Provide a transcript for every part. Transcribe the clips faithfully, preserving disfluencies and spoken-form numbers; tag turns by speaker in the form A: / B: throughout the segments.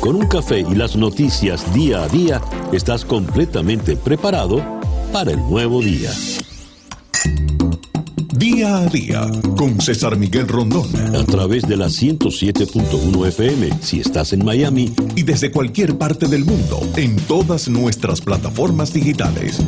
A: Con un café y las noticias día a día, estás completamente preparado para el nuevo día.
B: Día a día, con César Miguel Rondón.
A: A través de la ciento siete punto uno F M, si estás en Miami.
B: Y desde cualquier parte del mundo, en todas nuestras plataformas digitales.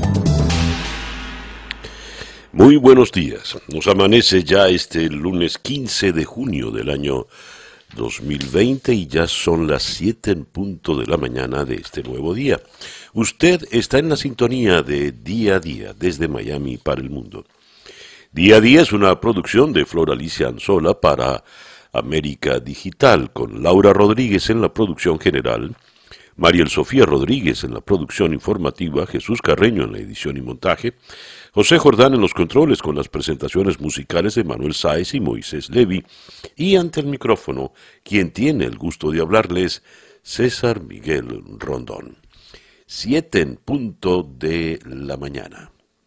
C: Muy buenos días. Nos amanece ya este lunes quince de junio del año dos mil veinte y ya son las siete en punto de la mañana de este nuevo día. Usted está en la sintonía de Día a Día desde Miami para el mundo. Día a Día es una producción de Flor Alicia Anzola para América Digital, con Laura Rodríguez en la producción general, Mariel Sofía Rodríguez en la producción informativa, Jesús Carreño en la edición y montaje, José Jordán en los controles con las presentaciones musicales de Manuel Sáez y Moisés Levi, y ante el micrófono, quien tiene el gusto de hablarles, César Miguel Rondón. Siete en punto de la mañana.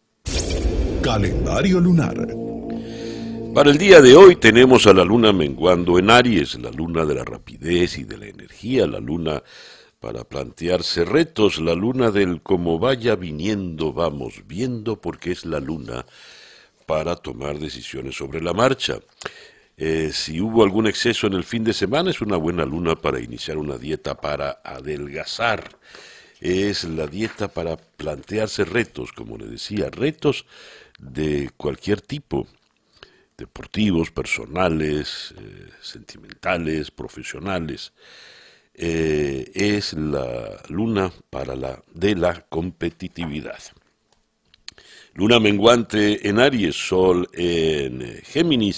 B: Calendario lunar.
C: Para el día de hoy tenemos a la luna menguando en Aries, la luna de la rapidez y de la energía, la luna para plantearse retos, la luna del como vaya viniendo vamos viendo, porque es la luna para tomar decisiones sobre la marcha. Eh, si hubo algún exceso en el fin de semana, es una buena luna para iniciar una dieta para adelgazar. Es la dieta para plantearse retos, como le decía, retos de cualquier tipo, deportivos, personales, eh, sentimentales, profesionales. Eh, es la luna para la de la competitividad. Luna menguante en Aries, Sol en Géminis.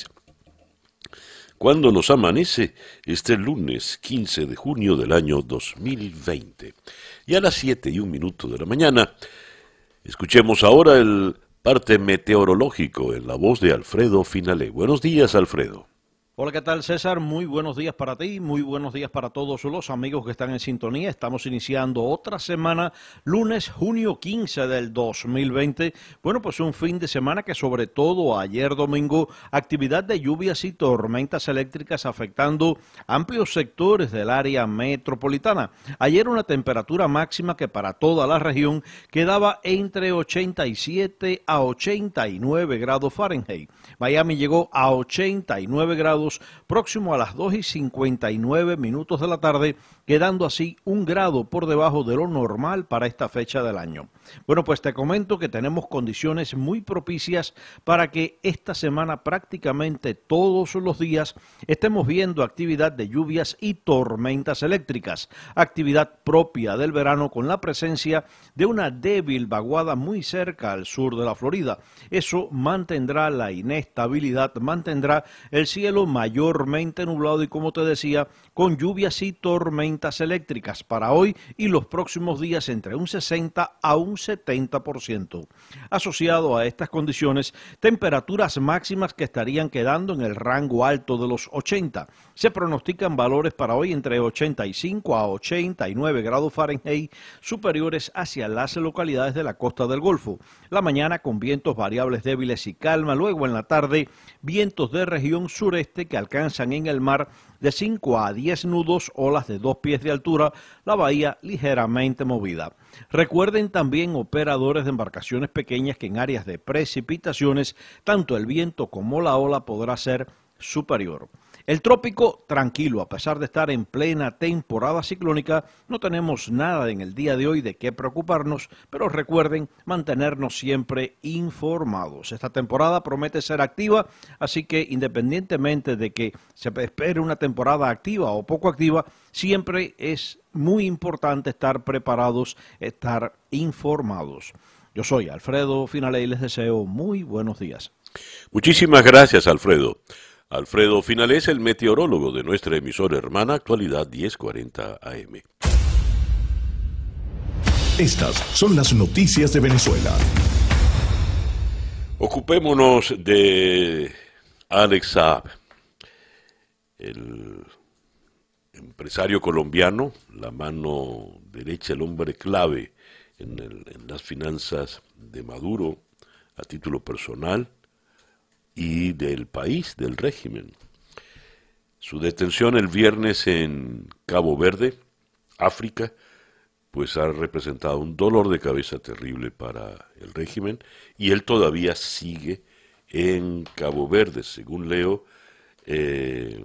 C: Cuando nos amanece este lunes quince de junio del año dos mil veinte. Y a las siete y un minuto de la mañana, escuchemos ahora el parte meteorológico en la voz de Alfredo Finalé. Buenos días, Alfredo.
D: Hola, ¿qué tal, César? Muy buenos días para ti, muy buenos días para todos los amigos que están en sintonía. Estamos iniciando otra semana, lunes, junio quince del dos mil veinte. Bueno, pues un fin de semana que sobre todo ayer domingo, actividad de lluvias y tormentas eléctricas afectando amplios sectores del área metropolitana. Ayer una temperatura máxima que para toda la región quedaba entre ochenta y siete a ochenta y nueve grados Fahrenheit. Miami llegó a ochenta y nueve grados próximo a las dos y cincuenta y nueve minutos de la tarde, quedando así un grado por debajo de lo normal para esta fecha del año. Bueno, pues te comento que tenemos condiciones muy propicias para que esta semana prácticamente todos los días estemos viendo actividad de lluvias y tormentas eléctricas, actividad propia del verano con la presencia de una débil vaguada muy cerca al sur de la Florida. Eso mantendrá la inestabilidad, mantendrá el cielo mayormente nublado y, como te decía, con lluvias y tormentas eléctricas para hoy y los próximos días entre un sesenta a un setenta por ciento. Asociado a estas condiciones, temperaturas máximas que estarían quedando en el rango alto de los ochenta. Se pronostican valores para hoy entre ochenta y cinco a ochenta y nueve grados Fahrenheit, superiores hacia las localidades de la costa del Golfo. La mañana con vientos variables débiles y calma, luego en la tarde vientos de región sureste que alcanzan en el mar de cinco a diez nudos, olas de dos pies de altura, la bahía ligeramente movida. Recuerden también, operadores de embarcaciones pequeñas, que en áreas de precipitaciones, tanto el viento como la ola podrá ser superior. El trópico, tranquilo, a pesar de estar en plena temporada ciclónica, no tenemos nada en el día de hoy de qué preocuparnos, pero recuerden mantenernos siempre informados. Esta temporada promete ser activa, así que independientemente de que se espere una temporada activa o poco activa, siempre es muy importante estar preparados, estar informados. Yo soy Alfredo Finalé y les deseo muy buenos días.
C: Muchísimas gracias, Alfredo. Alfredo Finalé es el meteorólogo de nuestra emisora hermana Actualidad diez cuarenta A M.
B: Estas son las noticias de Venezuela.
C: Ocupémonos de Alex Saab, el empresario colombiano, la mano derecha, el hombre clave en, el, en las finanzas de Maduro a título personal y del país, del régimen. Su detención el viernes en Cabo Verde África, pues ha representado un dolor de cabeza terrible para el régimen, y él todavía sigue en Cabo Verde, según leo eh,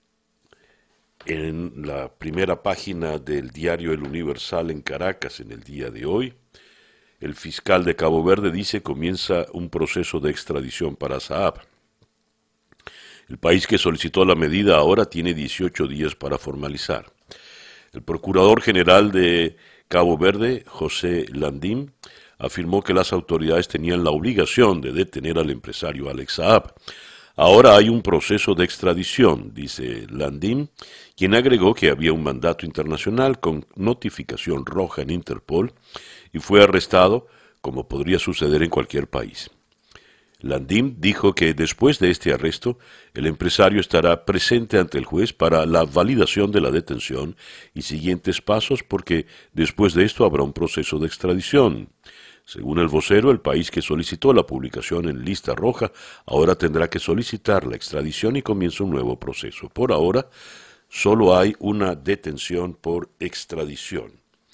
C: en la primera página del diario El Universal en Caracas en el día de hoy. El fiscal de Cabo Verde dice comienza un proceso de extradición para Saab. El país que solicitó la medida ahora tiene dieciocho días para formalizar. El procurador general de Cabo Verde, José Landim, afirmó que las autoridades tenían la obligación de detener al empresario Alex Saab. Ahora hay un proceso de extradición, dice Landim, quien agregó que había un mandato internacional con notificación roja en Interpol y fue arrestado, como podría suceder en cualquier país. Landim dijo que después de este arresto, el empresario estará presente ante el juez para la validación de la detención y siguientes pasos porque después de esto habrá un proceso de extradición. Según el vocero, el país que solicitó la publicación en lista roja ahora tendrá que solicitar la extradición y comienza un nuevo proceso. Por ahora, solo hay una detención por extradición.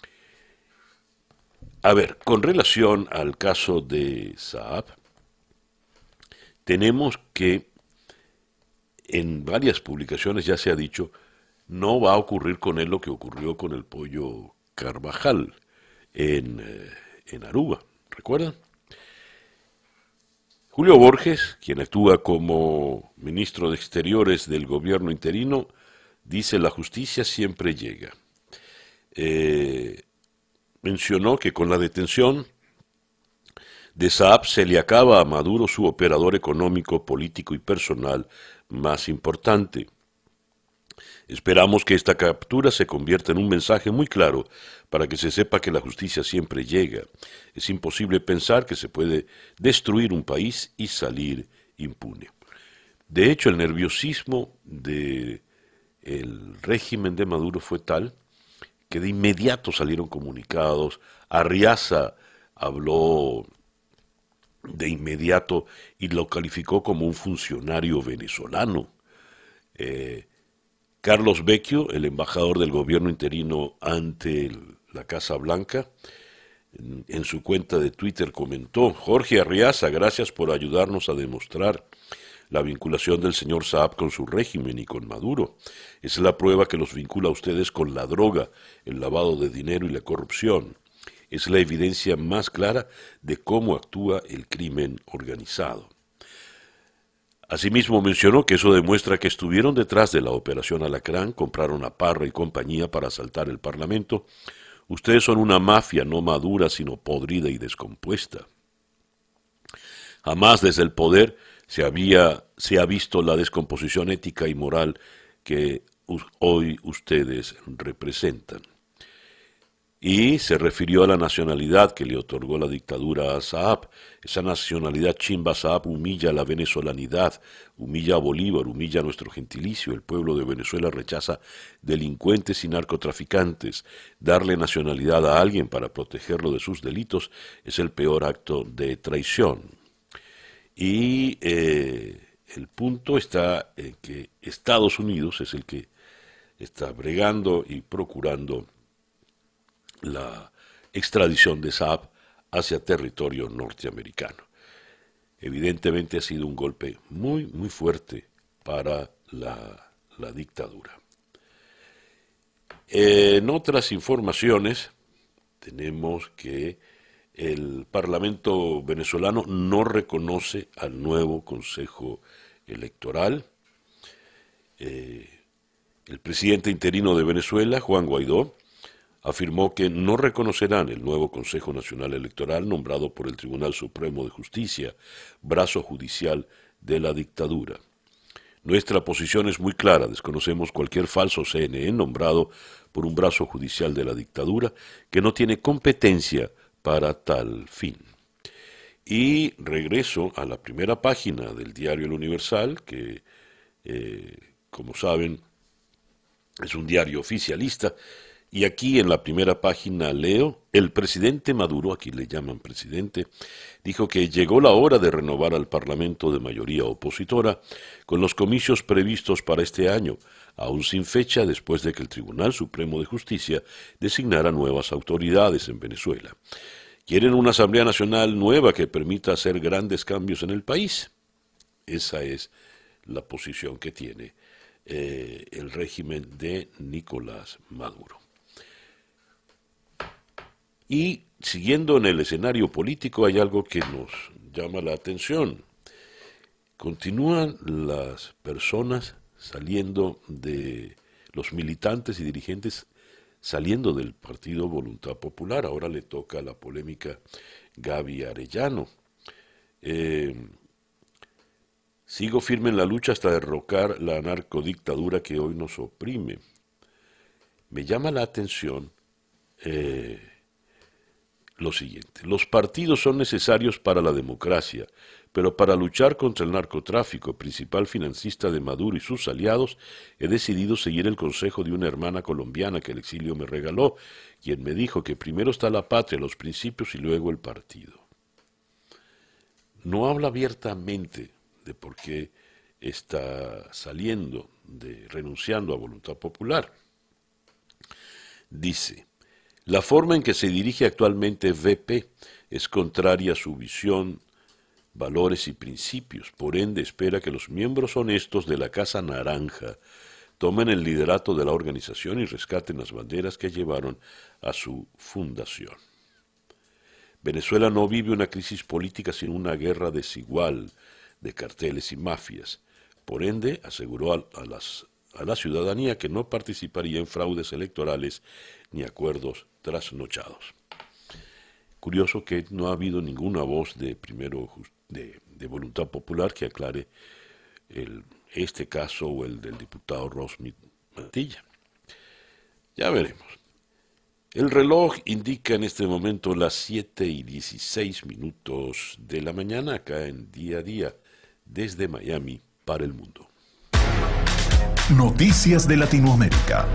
C: A ver, con relación al caso de Saab, tenemos que en varias publicaciones ya se ha dicho, no va a ocurrir con él lo que ocurrió con el pollo Carvajal en, eh, en Aruba, ¿recuerdan? Julio Borges, quien actúa como ministro de Exteriores del gobierno interino, dice la justicia siempre llega. Eh, mencionó que con la detención de Saab se le acaba a Maduro su operador económico, político y personal más importante. Esperamos que esta captura se convierta en un mensaje muy claro para que se sepa que la justicia siempre llega. Es imposible pensar que se puede destruir un país y salir impune. De hecho, el nerviosismo del régimen de Maduro fue tal que de inmediato salieron comunicados. Arriaza habló de inmediato y lo calificó como un funcionario venezolano. Eh, Carlos Vecchio, el embajador del gobierno interino ante el, la Casa Blanca, en, en su cuenta de Twitter comentó: Jorge Arriaza, gracias por ayudarnos a demostrar la vinculación del señor Saab con su régimen y con Maduro. Es la prueba que los vincula a ustedes con la droga, el lavado de dinero y la corrupción. Es la evidencia más clara de cómo actúa el crimen organizado. Asimismo mencionó que eso demuestra que estuvieron detrás de la operación Alacrán, compraron a Parra y compañía para asaltar el Parlamento. Ustedes son una mafia no madura, sino podrida y descompuesta. Jamás desde el poder se, había, se ha visto la descomposición ética y moral que hoy ustedes representan. Y se refirió a la nacionalidad que le otorgó la dictadura a Saab. Esa nacionalidad chimba Saab humilla a la venezolanidad, humilla a Bolívar, humilla a nuestro gentilicio. El pueblo de Venezuela rechaza delincuentes y narcotraficantes. Darle nacionalidad a alguien para protegerlo de sus delitos es el peor acto de traición. Y eh, el punto está en que Estados Unidos es el que está bregando y procurando la extradición de Saab hacia territorio norteamericano. Evidentemente ha sido un golpe muy, muy fuerte para la, la dictadura. En otras informaciones, tenemos que el Parlamento venezolano no reconoce al nuevo Consejo Electoral. Eh, el presidente interino de Venezuela, Juan Guaidó, afirmó que no reconocerán el nuevo Consejo Nacional Electoral nombrado por el Tribunal Supremo de Justicia, brazo judicial de la dictadura. Nuestra posición es muy clara, desconocemos cualquier falso C N E nombrado por un brazo judicial de la dictadura que no tiene competencia para tal fin. Y regreso a la primera página del diario El Universal, que, eh, como saben, es un diario oficialista, Y aquí en la primera página leo, el presidente Maduro, aquí le llaman presidente, dijo que llegó la hora de renovar al Parlamento de mayoría opositora con los comicios previstos para este año, aún sin fecha después de que el Tribunal Supremo de Justicia designara nuevas autoridades en Venezuela. Quieren una Asamblea Nacional nueva que permita hacer grandes cambios en el país. Esa es la posición que tiene eh, el régimen de Nicolás Maduro. Y siguiendo en el escenario político hay algo que nos llama la atención. Continúan las personas saliendo de los militantes y dirigentes saliendo del Partido Voluntad Popular. Ahora le toca la polémica Gaby Arellano. Eh, sigo firme en la lucha hasta derrocar la narcodictadura que hoy nos oprime. Me llama la atención eh, lo siguiente. Los partidos son necesarios para la democracia, pero para luchar contra el narcotráfico, principal financista de Maduro y sus aliados, he decidido seguir el consejo de una hermana colombiana que el exilio me regaló, quien me dijo que primero está la patria, los principios y luego el partido. No habla abiertamente de por qué está saliendo, de, renunciando a Voluntad Popular. Dice, la forma en que se dirige actualmente V P es contraria a su visión, valores y principios. Por ende, espera que los miembros honestos de la Casa Naranja tomen el liderato de la organización y rescaten las banderas que llevaron a su fundación. Venezuela no vive una crisis política sino una guerra desigual de carteles y mafias. Por ende, aseguró a, a, las, a la ciudadanía que no participaría en fraudes electorales ni acuerdos trasnochados. Curioso que no ha habido ninguna voz de primero de, de Voluntad Popular que aclare el, este caso o el del diputado Rosmith Mantilla. Ya veremos. El reloj indica en este momento las siete y dieciséis minutos de la mañana acá en Día a Día desde Miami para el mundo.
B: Noticias de Latinoamérica.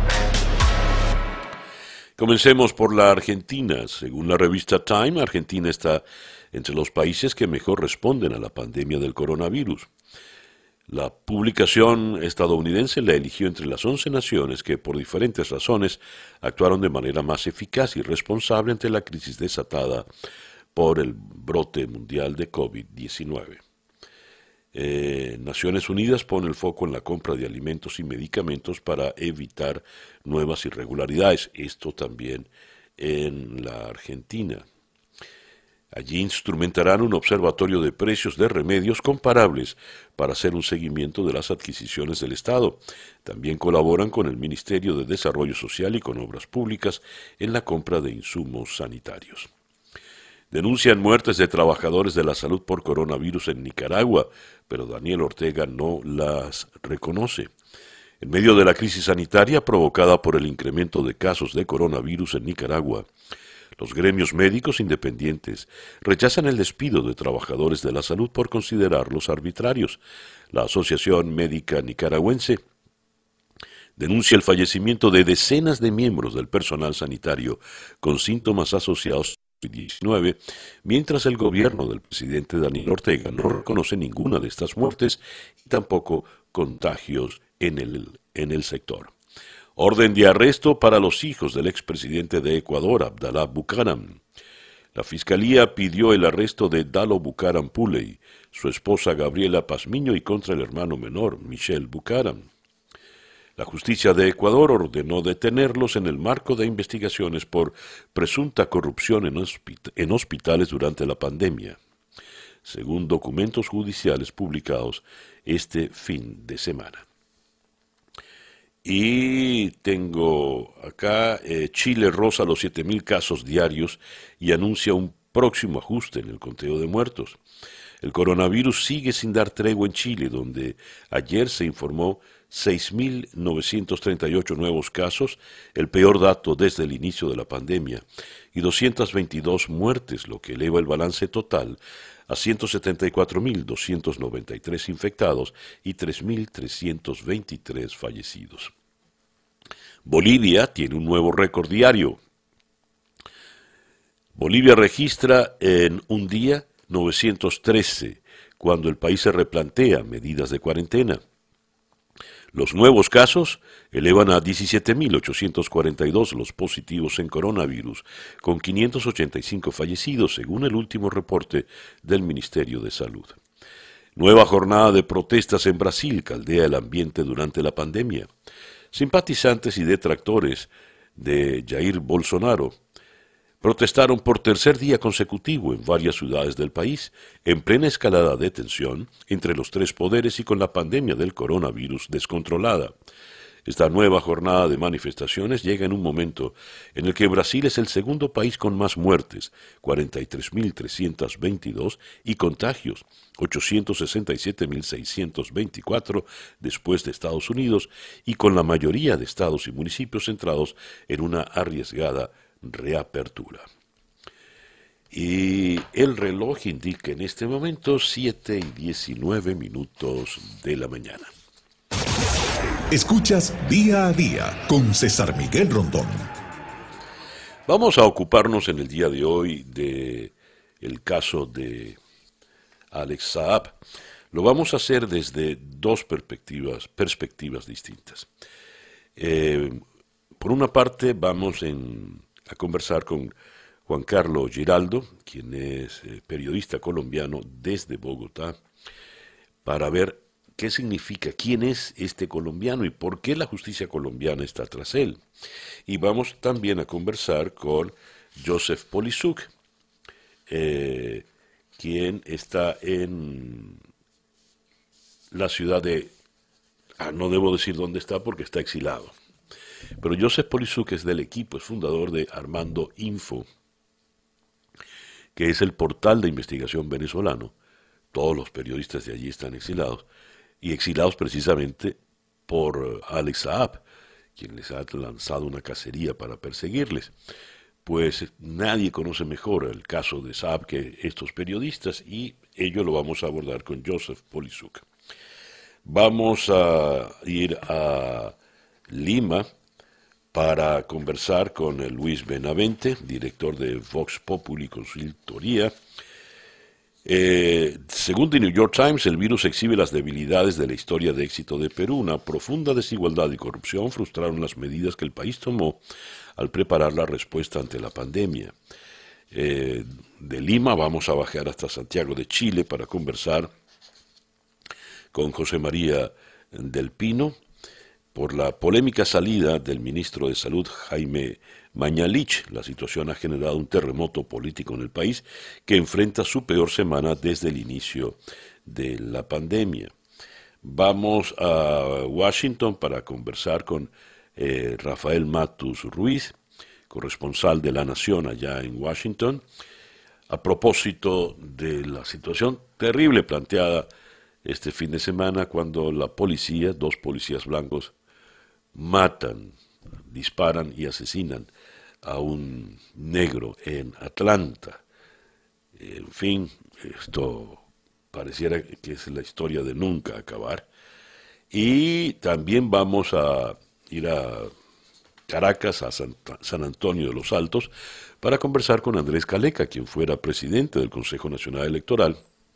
C: Comencemos por la Argentina. Según la revista Time, Argentina está entre los países que mejor responden a la pandemia del coronavirus. La publicación estadounidense la eligió entre las once naciones que, por diferentes razones, actuaron de manera más eficaz y responsable ante la crisis desatada por el brote mundial de COVID diecinueve. Eh, Naciones Unidas pone el foco en la compra de alimentos y medicamentos para evitar nuevas irregularidades. Esto también en la Argentina. Allí instrumentarán un observatorio de precios de remedios comparables para hacer un seguimiento de las adquisiciones del Estado. También colaboran con el Ministerio de Desarrollo Social y con Obras Públicas en la compra de insumos sanitarios. Denuncian muertes de trabajadores de la salud por coronavirus en Nicaragua, pero Daniel Ortega no las reconoce. En medio de la crisis sanitaria provocada por el incremento de casos de coronavirus en Nicaragua, los gremios médicos independientes rechazan el despido de trabajadores de la salud por considerarlos arbitrarios. La Asociación Médica Nicaragüense denuncia el fallecimiento de decenas de miembros del personal sanitario con síntomas asociados COVID diecinueve, mientras el gobierno del presidente Daniel Ortega no reconoce ninguna de estas muertes y tampoco contagios en el, en el sector. Orden de arresto para los hijos del expresidente de Ecuador, Abdallah Bucaram. La Fiscalía pidió el arresto de Dalo Bucaram Puley, su esposa Gabriela Pazmiño y contra el hermano menor, Michel Bucaram. La justicia de Ecuador ordenó detenerlos en el marco de investigaciones por presunta corrupción en, hospit- en hospitales durante la pandemia, según documentos judiciales publicados este fin de semana. Y tengo acá, eh, Chile roza los siete mil casos diarios y anuncia un próximo ajuste en el conteo de muertos. El coronavirus sigue sin dar tregua en Chile, donde ayer se informó seis mil novecientos treinta y ocho nuevos casos, el peor dato desde el inicio de la pandemia, y doscientas veintidós muertes, lo que eleva el balance total a ciento setenta y cuatro mil doscientos noventa y tres infectados y tres mil trescientos veintitrés fallecidos. Bolivia tiene un nuevo récord diario. Bolivia registra en un día novecientos trece, cuando el país se replantea medidas de cuarentena. Los nuevos casos elevan a diecisiete mil ochocientos cuarenta y dos los positivos en coronavirus, con quinientos ochenta y cinco fallecidos, según el último reporte del Ministerio de Salud. Nueva jornada de protestas en Brasil caldea el ambiente durante la pandemia. Simpatizantes y detractores de Jair Bolsonaro protestaron por tercer día consecutivo en varias ciudades del país, en plena escalada de tensión entre los tres poderes y con la pandemia del coronavirus descontrolada. Esta nueva jornada de manifestaciones llega en un momento en el que Brasil es el segundo país con más muertes, cuarenta y tres mil trescientos veintidós, y contagios, ochocientos sesenta y siete mil seiscientos veinticuatro, después de Estados Unidos, y con la mayoría de estados y municipios centrados en una arriesgada reapertura. Y el reloj indica en este momento siete y diecinueve minutos de la mañana.
B: Escuchas Día a Día con César Miguel Rondón.
C: Vamos a ocuparnos en el día de hoy de el caso de Alex Saab. Lo vamos a hacer desde dos perspectivas, perspectivas distintas. Eh, por una parte, vamos en, a conversar con Juan Carlos Giraldo, quien es eh, periodista colombiano desde Bogotá, para ver qué significa, quién es este colombiano y por qué la justicia colombiana está tras él. Y vamos también a conversar con Joseph Polisuk, eh, quien está en la ciudad de... Ah, no debo decir dónde está porque está exilado. Pero Joseph Polisuk es del equipo, es fundador de Armando Info, que es el portal de investigación venezolano. Todos los periodistas de allí están exilados, y exilados precisamente por Alex Saab, quien les ha lanzado una cacería para perseguirles. Pues nadie conoce mejor el caso de Saab que estos periodistas, y ello lo vamos a abordar con Joseph Polisuk. Vamos a ir a Lima para conversar con Luis Benavente, director de Vox Populi Consultoría. Eh, según The New York Times, el virus exhibe las debilidades de la historia de éxito de Perú. Una profunda desigualdad y corrupción frustraron las medidas que el país tomó al preparar la respuesta ante la pandemia. Eh, de Lima vamos a bajar hasta Santiago de Chile para conversar con José María del Pino por la polémica salida del ministro de Salud Jaime Mañalich. La situación ha generado un terremoto político en el país que enfrenta su peor semana desde el inicio de la pandemia. Vamos a Washington para conversar con eh, Rafael Matus Ruiz, corresponsal de La Nación allá en Washington, a propósito de la situación terrible planteada este fin de semana cuando la policía, dos policías blancos, matan, disparan y asesinan a un negro en Atlanta. En fin, esto pareciera que es la historia de nunca acabar. Y también vamos a ir a Caracas, a San Antonio de los Altos, para conversar con Andrés Caleca, quien fuera presidente del Consejo Nacional Electoral,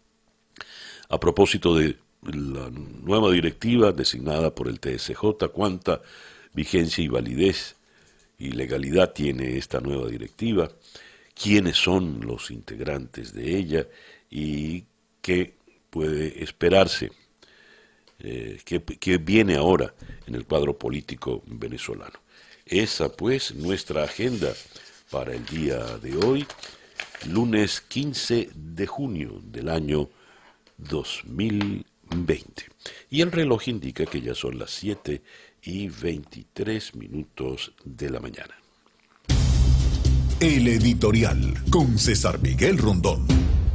C: a propósito de la nueva directiva designada por el T S J, cuánta vigencia y validez y legalidad tiene esta nueva directiva, quiénes son los integrantes de ella y qué puede esperarse, eh, qué, qué viene ahora en el cuadro político venezolano. Esa pues nuestra agenda para el día de hoy, lunes quince de junio del año dos mil veinte. Y el reloj indica que ya son las siete y veintitrés minutos de la mañana.
B: El editorial con César Miguel Rondón.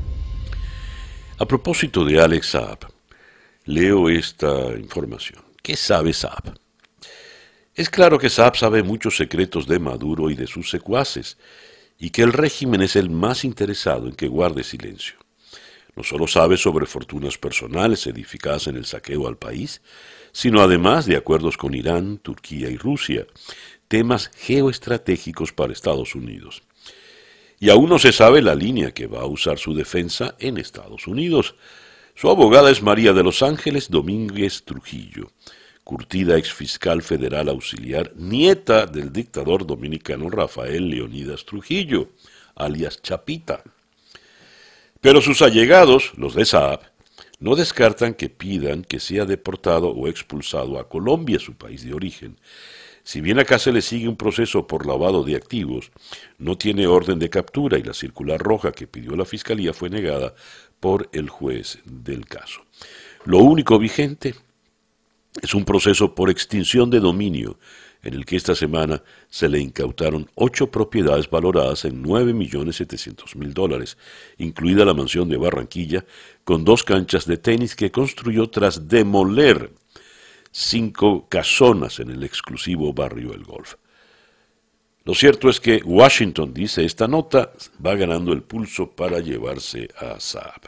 C: A propósito de Alex Saab, leo esta información. ¿Qué sabe Saab? Es claro que Saab sabe muchos secretos de Maduro y de sus secuaces, y que el régimen es el más interesado en que guarde silencio. no solo sabe sobre fortunas personales edificadas en el saqueo al país, sino además de acuerdos con Irán, Turquía y Rusia, temas geoestratégicos para Estados Unidos. Y aún no se sabe la línea que va a usar su defensa en Estados Unidos. Su abogada es María de los Ángeles Domínguez Trujillo, curtida exfiscal federal auxiliar, nieta del dictador dominicano Rafael Leonidas Trujillo, alias Chapita. Pero sus allegados, los de Saab, no descartan que pidan que sea deportado o expulsado a Colombia, su país de origen. Si bien acá se le sigue un proceso por lavado de activos, no tiene orden de captura y la circular roja que pidió la Fiscalía fue negada por el juez del caso. Lo único vigente es un proceso por extinción de dominio, en el que esta semana se le incautaron ocho propiedades valoradas en nueve millones setecientos mil dólares, incluida la mansión de Barranquilla, con dos canchas de tenis que construyó tras demoler cinco casonas en el exclusivo barrio El Golf. Lo cierto es que Washington, dice esta nota, va ganando el pulso para llevarse a Saab.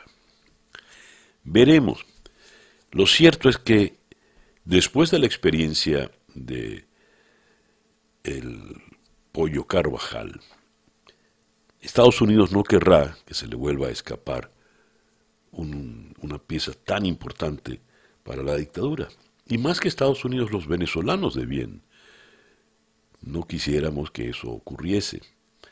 C: Veremos. Lo cierto es que después de la experiencia de el Pollo Carvajal, Estados Unidos no querrá que se le vuelva a escapar un, una pieza tan importante para la dictadura. Y más que Estados Unidos, los venezolanos de bien. No quisiéramos que eso ocurriese.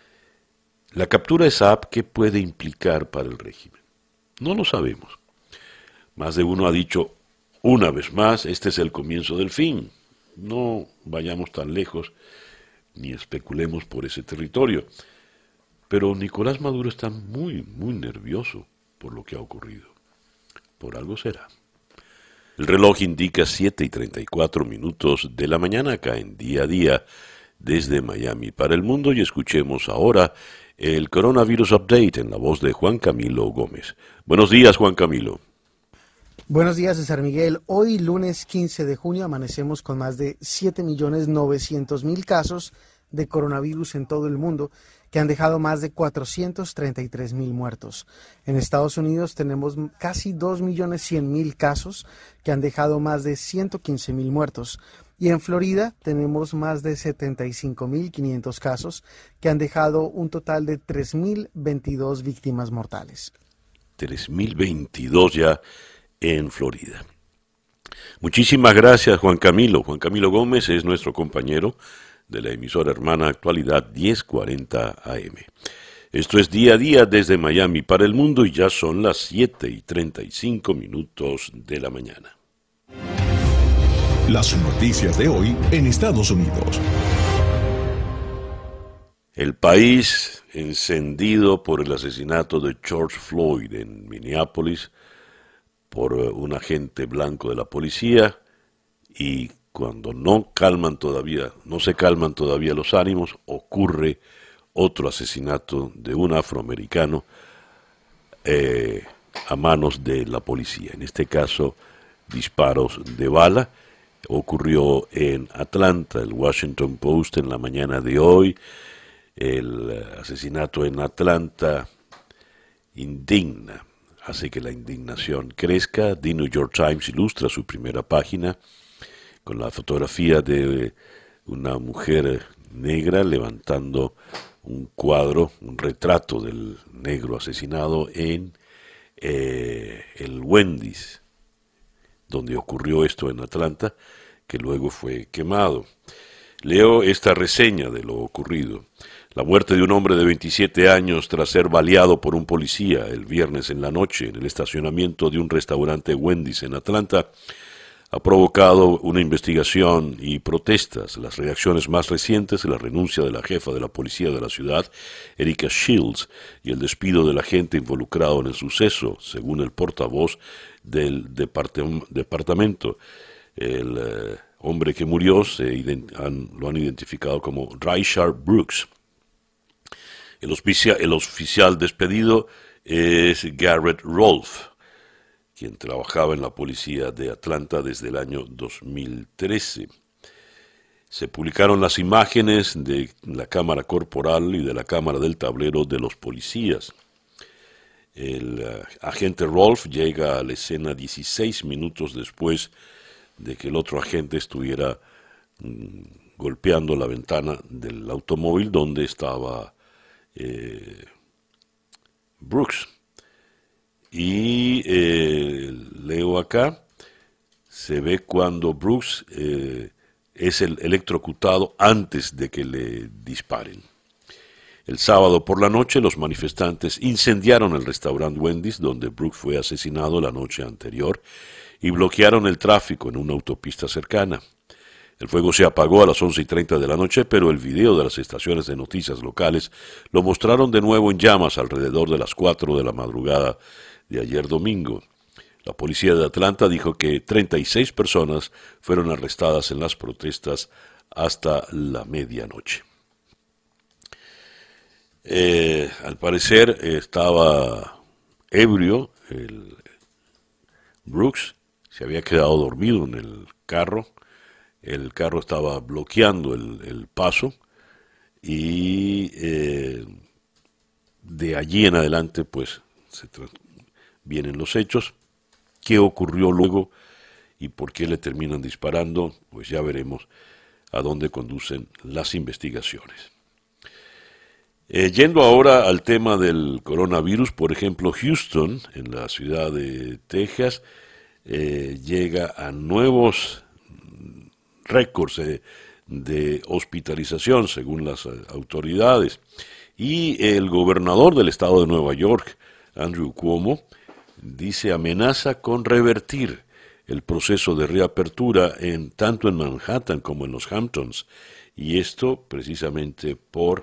C: La captura de Saab, ¿qué puede implicar para el régimen? No lo sabemos. Más de uno ha dicho, una vez más, este es el comienzo del fin. No vayamos tan lejos ni especulemos por ese territorio. Pero Nicolás Maduro está muy, muy nervioso por lo que ha ocurrido. Por algo será. El reloj indica siete y treinta y cuatro minutos de la mañana acá en Día a Día desde Miami para el mundo, y escuchemos ahora el Coronavirus Update en la voz de Juan Camilo Gómez. Buenos días, Juan Camilo.
E: Buenos días, César Miguel. Hoy, lunes quince de junio, amanecemos con más de siete millones novecientos mil casos de coronavirus en todo el mundo, que han dejado más de cuatrocientos treinta y tres mil muertos. En Estados Unidos tenemos casi dos millones cien mil casos, que han dejado más de ciento quince mil muertos. Y en Florida tenemos más de setenta y cinco mil quinientos casos, que han dejado un total de tres mil veintidós víctimas mortales.
C: tres mil veintidós ya en Florida. Muchísimas gracias, Juan Camilo. Juan Camilo Gómez es nuestro compañero de la emisora hermana Actualidad diez cuarenta A M. Esto es Día a Día desde Miami para el mundo, y ya son las siete y treinta y cinco minutos de la mañana.
B: Las noticias de hoy en Estados Unidos.
C: El país encendido por el asesinato de George Floyd en Minneapolis por un agente blanco de la policía, y cuando no calman todavía, no se calman todavía los ánimos, ocurre otro asesinato de un afroamericano eh, a manos de la policía. En este caso, disparos de bala. Ocurrió en Atlanta. El Washington Post en la mañana de hoy. El asesinato en Atlanta indigna, hace que la indignación crezca. The New York Times ilustra su primera página con la fotografía de una mujer negra levantando un cuadro, un retrato del negro asesinado en eh, el Wendy's, donde ocurrió esto en Atlanta, que luego fue quemado. Leo esta reseña de lo ocurrido. La muerte de un hombre de veintisiete años tras ser baleado por un policía el viernes en la noche en el estacionamiento de un restaurante Wendy's en Atlanta ha provocado una investigación y protestas. Las reacciones más recientes, la renuncia de la jefa de la policía de la ciudad, Erika Shields, y el despido del agente involucrado en el suceso, según el portavoz del depart- departamento. El eh, hombre que murió se ident- han, lo han identificado como Rayshard Brooks. El, oficia- el oficial despedido es Garrett Rolfe, quien trabajaba en la policía de Atlanta desde el año dos mil trece. Se publicaron las imágenes de la cámara corporal y de la cámara del tablero de los policías. El uh, agente Rolf llega a la escena dieciséis minutos después de que el otro agente estuviera mm, golpeando la ventana del automóvil donde estaba eh, Brooks. Y eh, leo acá, se ve cuando Brooks eh, es el electrocutado antes de que le disparen. El sábado por la noche, los manifestantes incendiaron el restaurante Wendy's, donde Brooks fue asesinado la noche anterior, y bloquearon el tráfico en una autopista cercana. El fuego se apagó a las once y treinta de la noche, pero el video de las estaciones de noticias locales lo mostraron de nuevo en llamas alrededor de las cuatro de la madrugada de ayer domingo. La policía de Atlanta dijo que treinta y seis personas fueron arrestadas en las protestas hasta la medianoche. Eh, al parecer eh, estaba ebrio el Brooks, se había quedado dormido en el carro, el carro estaba bloqueando el, el paso y eh, de allí en adelante pues se vienen los hechos. ¿Qué ocurrió luego y por qué le terminan disparando? Pues ya veremos a dónde conducen las investigaciones. Eh, yendo ahora al tema del coronavirus, por ejemplo, Houston, en la ciudad de Texas, eh, llega a nuevos récords eh, de hospitalización, según las eh, autoridades. Y el gobernador del estado de Nueva York, Andrew Cuomo, dice amenaza con revertir el proceso de reapertura en, tanto en Manhattan como en los Hamptons. Y esto precisamente por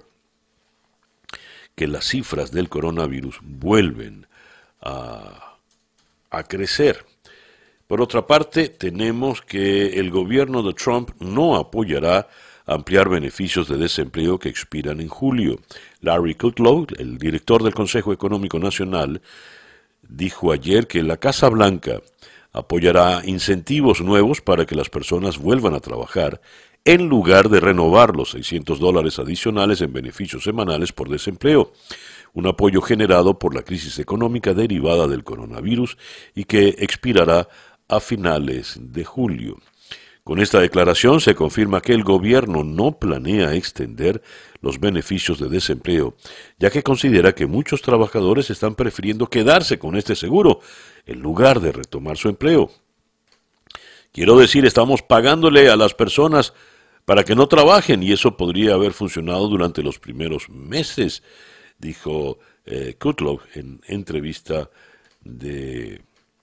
C: que las cifras del coronavirus vuelven a, a crecer. Por otra parte, tenemos que el gobierno de Trump no apoyará ampliar beneficios de desempleo que expiran en julio. Larry Kudlow, el director del Consejo Económico Nacional, dijo ayer que la Casa Blanca apoyará incentivos nuevos para que las personas vuelvan a trabajar en lugar de renovar los seiscientos dólares adicionales en beneficios semanales por desempleo, un apoyo generado por la crisis económica derivada del coronavirus y que expirará a finales de julio. Con esta declaración se confirma que el gobierno no planea extender los beneficios de desempleo, ya que considera que muchos trabajadores están prefiriendo quedarse con este seguro en lugar de retomar su empleo. Quiero decir, estamos pagándole a las personas para que no trabajen, y eso podría haber funcionado durante los primeros meses, dijo eh, Kudlow en entrevista de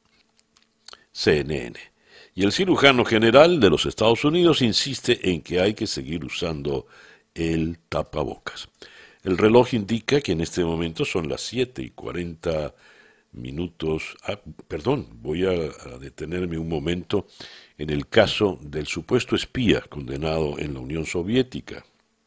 C: C N N. Y el cirujano general de los Estados Unidos insiste en que hay que seguir usando el tapabocas. El reloj indica que en este momento son las siete y cuarenta minutos. Ah, perdón, voy a, a detenerme un momento en el caso del supuesto espía condenado en la Unión Soviética.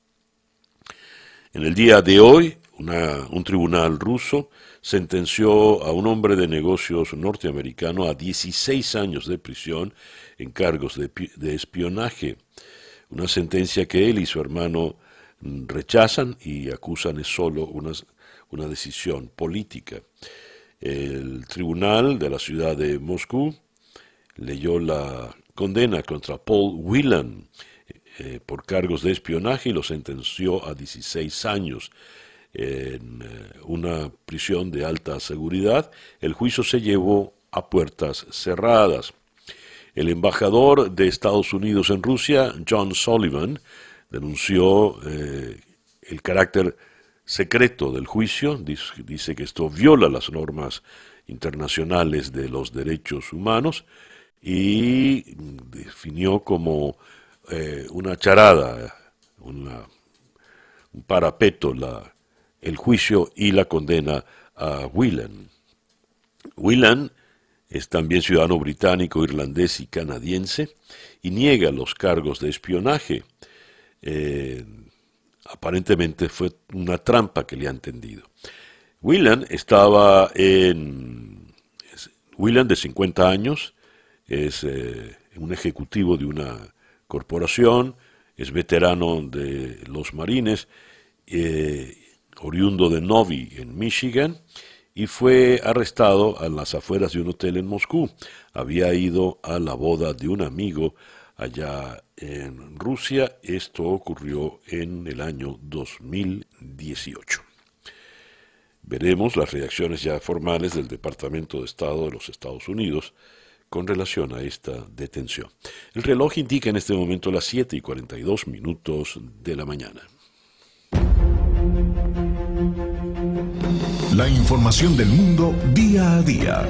C: En el día de hoy, una, un tribunal ruso sentenció a un hombre de negocios norteamericano a dieciséis años de prisión en cargos de, de espionaje, una sentencia que él y su hermano rechazan y acusan es solo una, una decisión política. El tribunal de la ciudad de Moscú leyó la condena contra Paul Whelan eh, por cargos de espionaje y lo sentenció a dieciséis años en eh, una prisión de alta seguridad. El juicio se llevó a puertas cerradas. El embajador de Estados Unidos en Rusia, John Sullivan, denunció eh, el carácter secreto del juicio. Dice, dice que esto viola las normas internacionales de los derechos humanos y definió como eh, una charada, una, un parapeto la, el juicio y la condena a Whelan. Whelan es también ciudadano británico, irlandés y canadiense y niega los cargos de espionaje. Eh, aparentemente fue una trampa que le han tendido. Whelan estaba en... Whelan, de cincuenta años, es eh, un ejecutivo de una corporación, es veterano de los Marines, eh, oriundo de Novi, en Michigan, y fue arrestado a las afueras de un hotel en Moscú. Había ido a la boda de un amigo allá en Rusia. Esto ocurrió en el año dos mil dieciocho. Veremos las reacciones ya formales del Departamento de Estado de los Estados Unidos con relación a esta detención. El reloj indica en este momento las siete y cuarenta y dos minutos de la mañana.
B: La información del mundo día a día.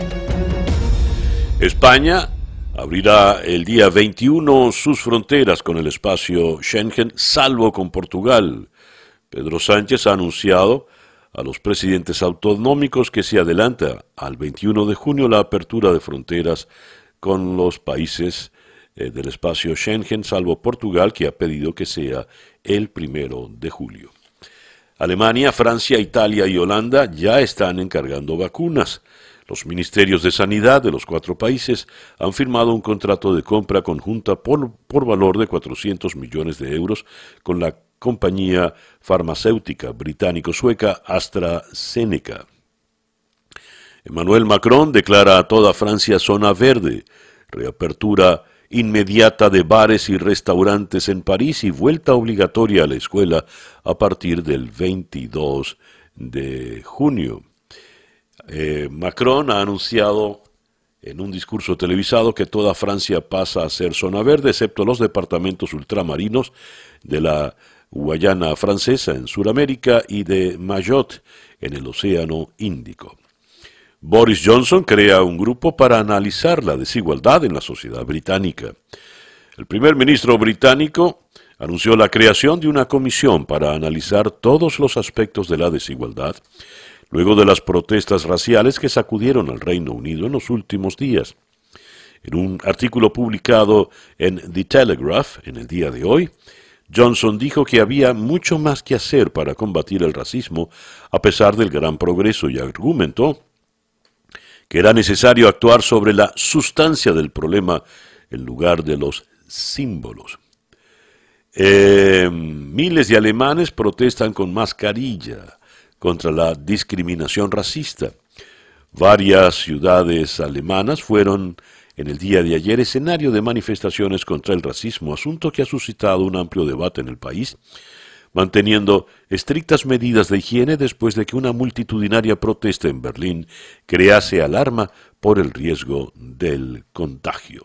C: España abrirá el día veintiuno sus fronteras con el espacio Schengen, salvo con Portugal. Pedro Sánchez ha anunciado a los presidentes autonómicos que se adelanta al veintiuno de junio la apertura de fronteras con los países eh, del espacio Schengen, salvo Portugal, que ha pedido que sea el primero de julio. Alemania, Francia, Italia y Holanda ya están encargando vacunas. Los ministerios de Sanidad de los cuatro países han firmado un contrato de compra conjunta por, por valor de cuatrocientos millones de euros con la compañía farmacéutica británico-sueca AstraZeneca. Emmanuel Macron declara a toda Francia zona verde, reapertura inmediata de bares y restaurantes en París y vuelta obligatoria a la escuela a partir del veintidós de junio. Eh, Macron ha anunciado en un discurso televisado que toda Francia pasa a ser zona verde, excepto los departamentos ultramarinos de la Guayana Francesa en Sudamérica y de Mayotte en el Océano Índico. Boris Johnson crea un grupo para analizar la desigualdad en la sociedad británica. El primer ministro británico anunció la creación de una comisión para analizar todos los aspectos de la desigualdad, luego de las protestas raciales que sacudieron al Reino Unido en los últimos días. En un artículo publicado en The Telegraph en el día de hoy, Johnson dijo que había mucho más que hacer para combatir el racismo a pesar del gran progreso y argumentó que era necesario actuar sobre la sustancia del problema en lugar de los símbolos. Eh, miles de alemanes protestan con mascarilla contra la discriminación racista. Varias ciudades alemanas fueron en el día de ayer escenario de manifestaciones contra el racismo, asunto que ha suscitado un amplio debate en el país, manteniendo estrictas medidas de higiene después de que una multitudinaria protesta en Berlín crease alarma por el riesgo del contagio.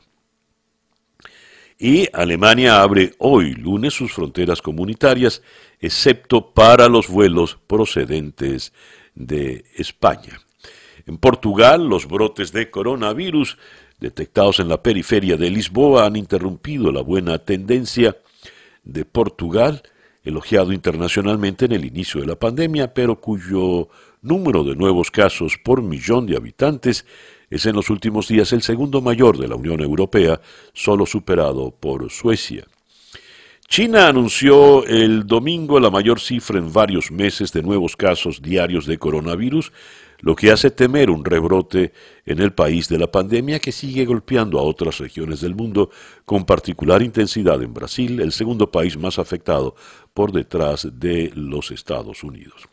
C: Y Alemania abre hoy, lunes, sus fronteras comunitarias, excepto para los vuelos procedentes de España. En Portugal, los brotes de coronavirus detectados en la periferia de Lisboa han interrumpido la buena tendencia de Portugal, elogiado internacionalmente en el inicio de la pandemia, pero cuyo número de nuevos casos por millón de habitantes es en los últimos días el segundo mayor de la Unión Europea, solo superado por Suecia. China anunció el domingo la mayor cifra en varios meses de nuevos casos diarios de coronavirus, lo que hace temer un rebrote en el país de la pandemia que sigue golpeando a otras regiones del mundo, con particular intensidad en Brasil, el segundo país más afectado por detrás de los Estados Unidos.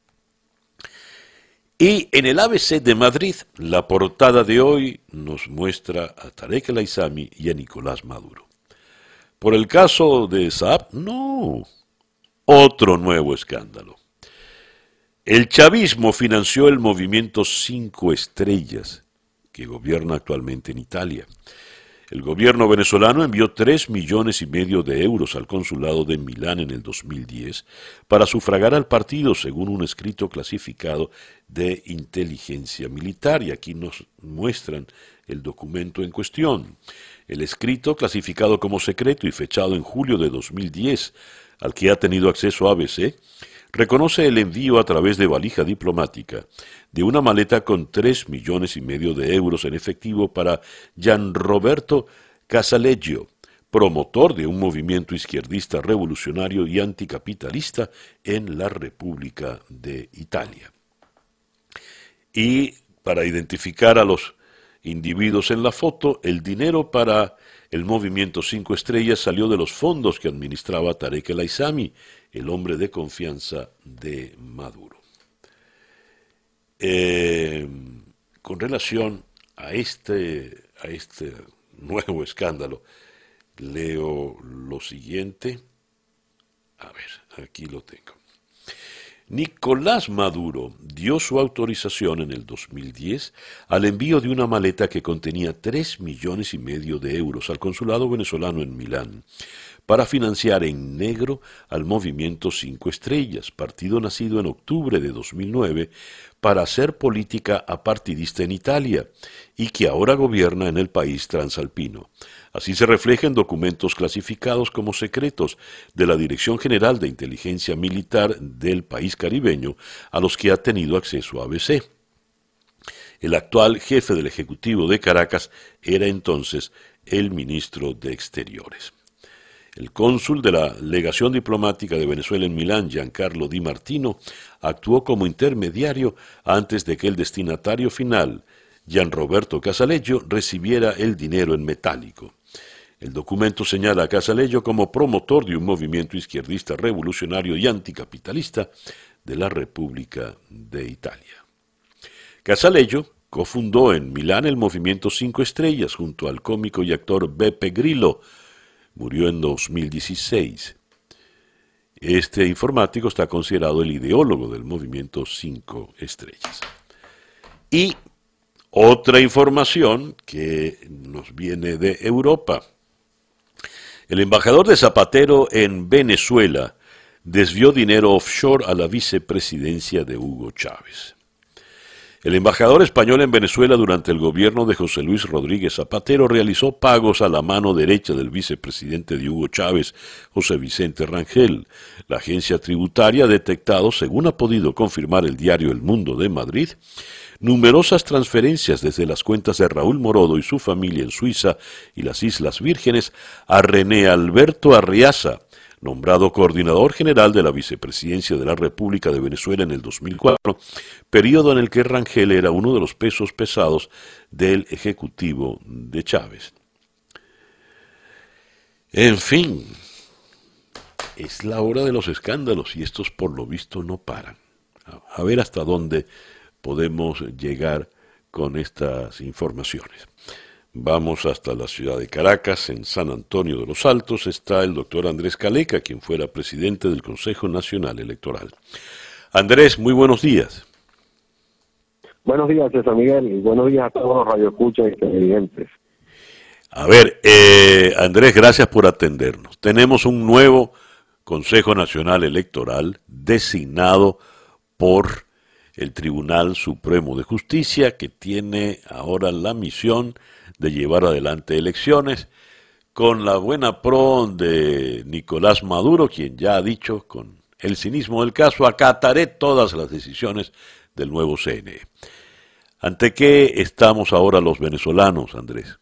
C: Y en el A B C de Madrid, la portada de hoy nos muestra a Tarek El Aissami y a Nicolás Maduro. ¿Por el caso de Saab? No, otro nuevo escándalo. El chavismo financió el movimiento Cinco Estrellas, que gobierna actualmente en Italia. El gobierno venezolano envió tres millones y medio de euros al consulado de Milán en el dos mil diez para sufragar al partido, según un escrito clasificado de inteligencia militar. Y aquí nos muestran el documento en cuestión. El escrito, clasificado como secreto y fechado en julio de dos mil diez, al que ha tenido acceso A B C, reconoce el envío a través de valija diplomática de una maleta con tres millones y medio de euros en efectivo para Gianroberto Casaleggio, promotor de un movimiento izquierdista revolucionario y anticapitalista en la República de Italia. Y para identificar a los individuos en la foto, el dinero para el movimiento Cinco Estrellas salió de los fondos que administraba Tarek El Aissami, el hombre de confianza de Maduro. eh, con relación a este, a este nuevo escándalo, leo lo siguiente. A ver, aquí lo tengo. Nicolás Maduro dio su autorización en el dos mil diez al envío de una maleta que contenía tres millones y medio de euros al consulado venezolano en Milán para financiar en negro al movimiento Cinco Estrellas, partido nacido en octubre de dos mil nueve para hacer política apartidista en Italia y que ahora gobierna en el país transalpino. Así se refleja en documentos clasificados como secretos de la Dirección General de Inteligencia Militar del país caribeño, a los que ha tenido acceso A B C. El actual jefe del Ejecutivo de Caracas era entonces el ministro de Exteriores. El cónsul de la Legación Diplomática de Venezuela en Milán, Giancarlo Di Martino, actuó como intermediario antes de que el destinatario final, Gianroberto Casaleggio, recibiera el dinero en metálico. El documento señala a Casaleggio como promotor de un movimiento izquierdista revolucionario y anticapitalista de la República de Italia. Casaleggio cofundó en Milán el movimiento Cinco Estrellas junto al cómico y actor Beppe Grillo. Murió en dos mil dieciséis. Este informático está considerado el ideólogo del movimiento Cinco Estrellas. Y otra información que nos viene de Europa. El embajador de Zapatero en Venezuela desvió dinero offshore a la vicepresidencia de Hugo Chávez. El embajador español en Venezuela durante el gobierno de José Luis Rodríguez Zapatero realizó pagos a la mano derecha del vicepresidente de Hugo Chávez, José Vicente Rangel. La agencia tributaria ha detectado, según ha podido confirmar el diario El Mundo de Madrid, numerosas transferencias desde las cuentas de Raúl Morodo y su familia en Suiza y las Islas Vírgenes a René Alberto Arriaza, nombrado coordinador general de la Vicepresidencia de la República de Venezuela en el dos mil cuatro, periodo en el que Rangel era uno de los pesos pesados del Ejecutivo de Chávez. En fin, es la hora de los escándalos y estos por lo visto no paran. A ver hasta dónde podemos llegar con estas informaciones. Vamos hasta la ciudad de Caracas, en San Antonio de los Altos, está el doctor Andrés Caleca, quien fuera presidente del Consejo Nacional Electoral. Andrés, muy buenos días.
F: Buenos días, César Miguel, y buenos días a todos los radioescuchas y televidentes.
C: A ver, eh, Andrés, gracias por atendernos. Tenemos un nuevo Consejo Nacional Electoral designado por el Tribunal Supremo de Justicia, que tiene ahora la misión de llevar adelante elecciones con la buena pro de Nicolás Maduro, quien ya ha dicho con el cinismo del caso, acataré todas las decisiones del nuevo C N E. ¿Ante qué estamos ahora los venezolanos, Andrés?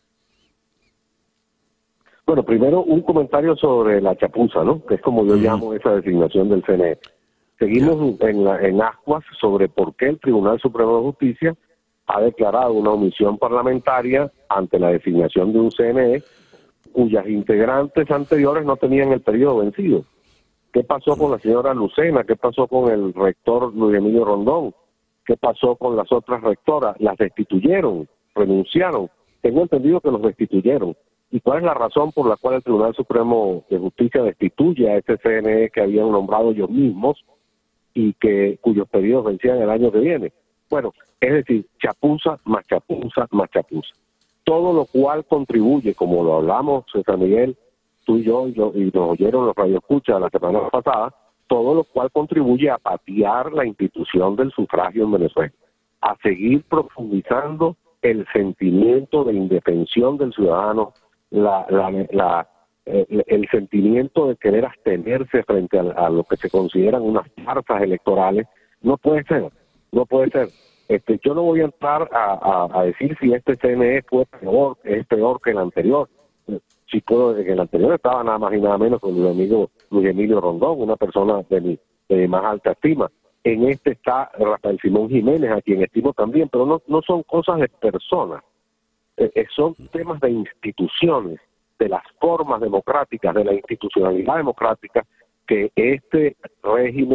F: Bueno, primero un comentario sobre la chapuza, ¿no? Que es como yo uh-huh. llamo esa designación del C N E. Seguimos yeah. en, la, en ascuas sobre por qué el Tribunal Supremo de Justicia ha declarado una omisión parlamentaria ante la designación de un C N E cuyas integrantes anteriores no tenían el periodo vencido. ¿Qué pasó con la señora Lucena? ¿Qué pasó con el rector Luis Emilio Rondón? ¿Qué pasó con las otras rectoras? Las destituyeron, renunciaron. Tengo entendido que los destituyeron. ¿Y cuál es la razón por la cual el Tribunal Supremo de Justicia destituye a este C N E que habían nombrado ellos mismos y que cuyos periodos vencían el año que viene? Bueno, es decir, chapuza más chapuza más chapuza. Todo lo cual contribuye, como lo hablamos, César Miguel, tú y yo, y, lo, y nos oyeron los radioescuchas la semana pasada, todo lo cual contribuye a patear la institución del sufragio en Venezuela, a seguir profundizando el sentimiento de indefensión del ciudadano, la, la, la, el, el sentimiento de querer abstenerse frente a, a lo que se consideran unas farsas electorales. No puede ser, no puede ser. Este, yo no voy a entrar a, a, a decir si este C N E fue peor, es peor que el anterior. Si puedo, en el anterior estaba nada más y nada menos con Luis Emilio, Luis Emilio Rondón, una persona de mi, de mi más alta estima. En este está Rafael Simón Jiménez, a quien estimo también, pero no, no son cosas de personas, eh, son temas de instituciones, de las formas democráticas, de la institucionalidad democrática que este régimen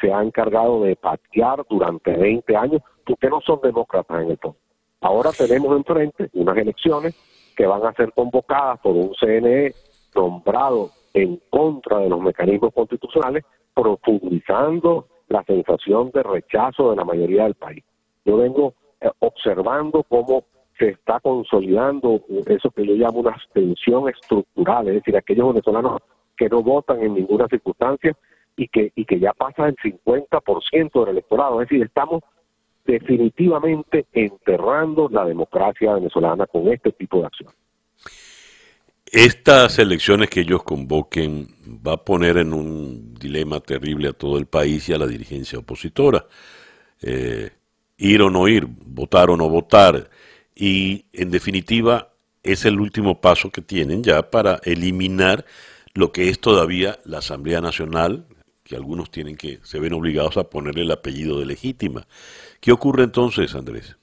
F: se ha encargado de patear durante veinte años, porque no son demócratas en el fondo. Ahora tenemos enfrente unas elecciones que van a ser convocadas por un C N E nombrado en contra de los mecanismos constitucionales, profundizando la sensación de rechazo de la mayoría del país. Yo vengo eh, observando cómo se está consolidando eso que yo llamo una abstención estructural, es decir, aquellos venezolanos que no votan en ninguna circunstancia y que y que ya pasa el cincuenta por ciento del electorado. Es decir, estamos definitivamente enterrando la democracia venezolana con este tipo de acciones.
C: Estas elecciones que ellos convoquen va a poner en un dilema terrible a todo el país y a la dirigencia opositora. Eh, ir o no ir, votar o no votar. Y en definitiva es el último paso que tienen ya para eliminar lo que es todavía la Asamblea Nacional, que algunos tienen que, se ven obligados a ponerle el apellido de legítima. ¿Qué ocurre entonces, Andrés?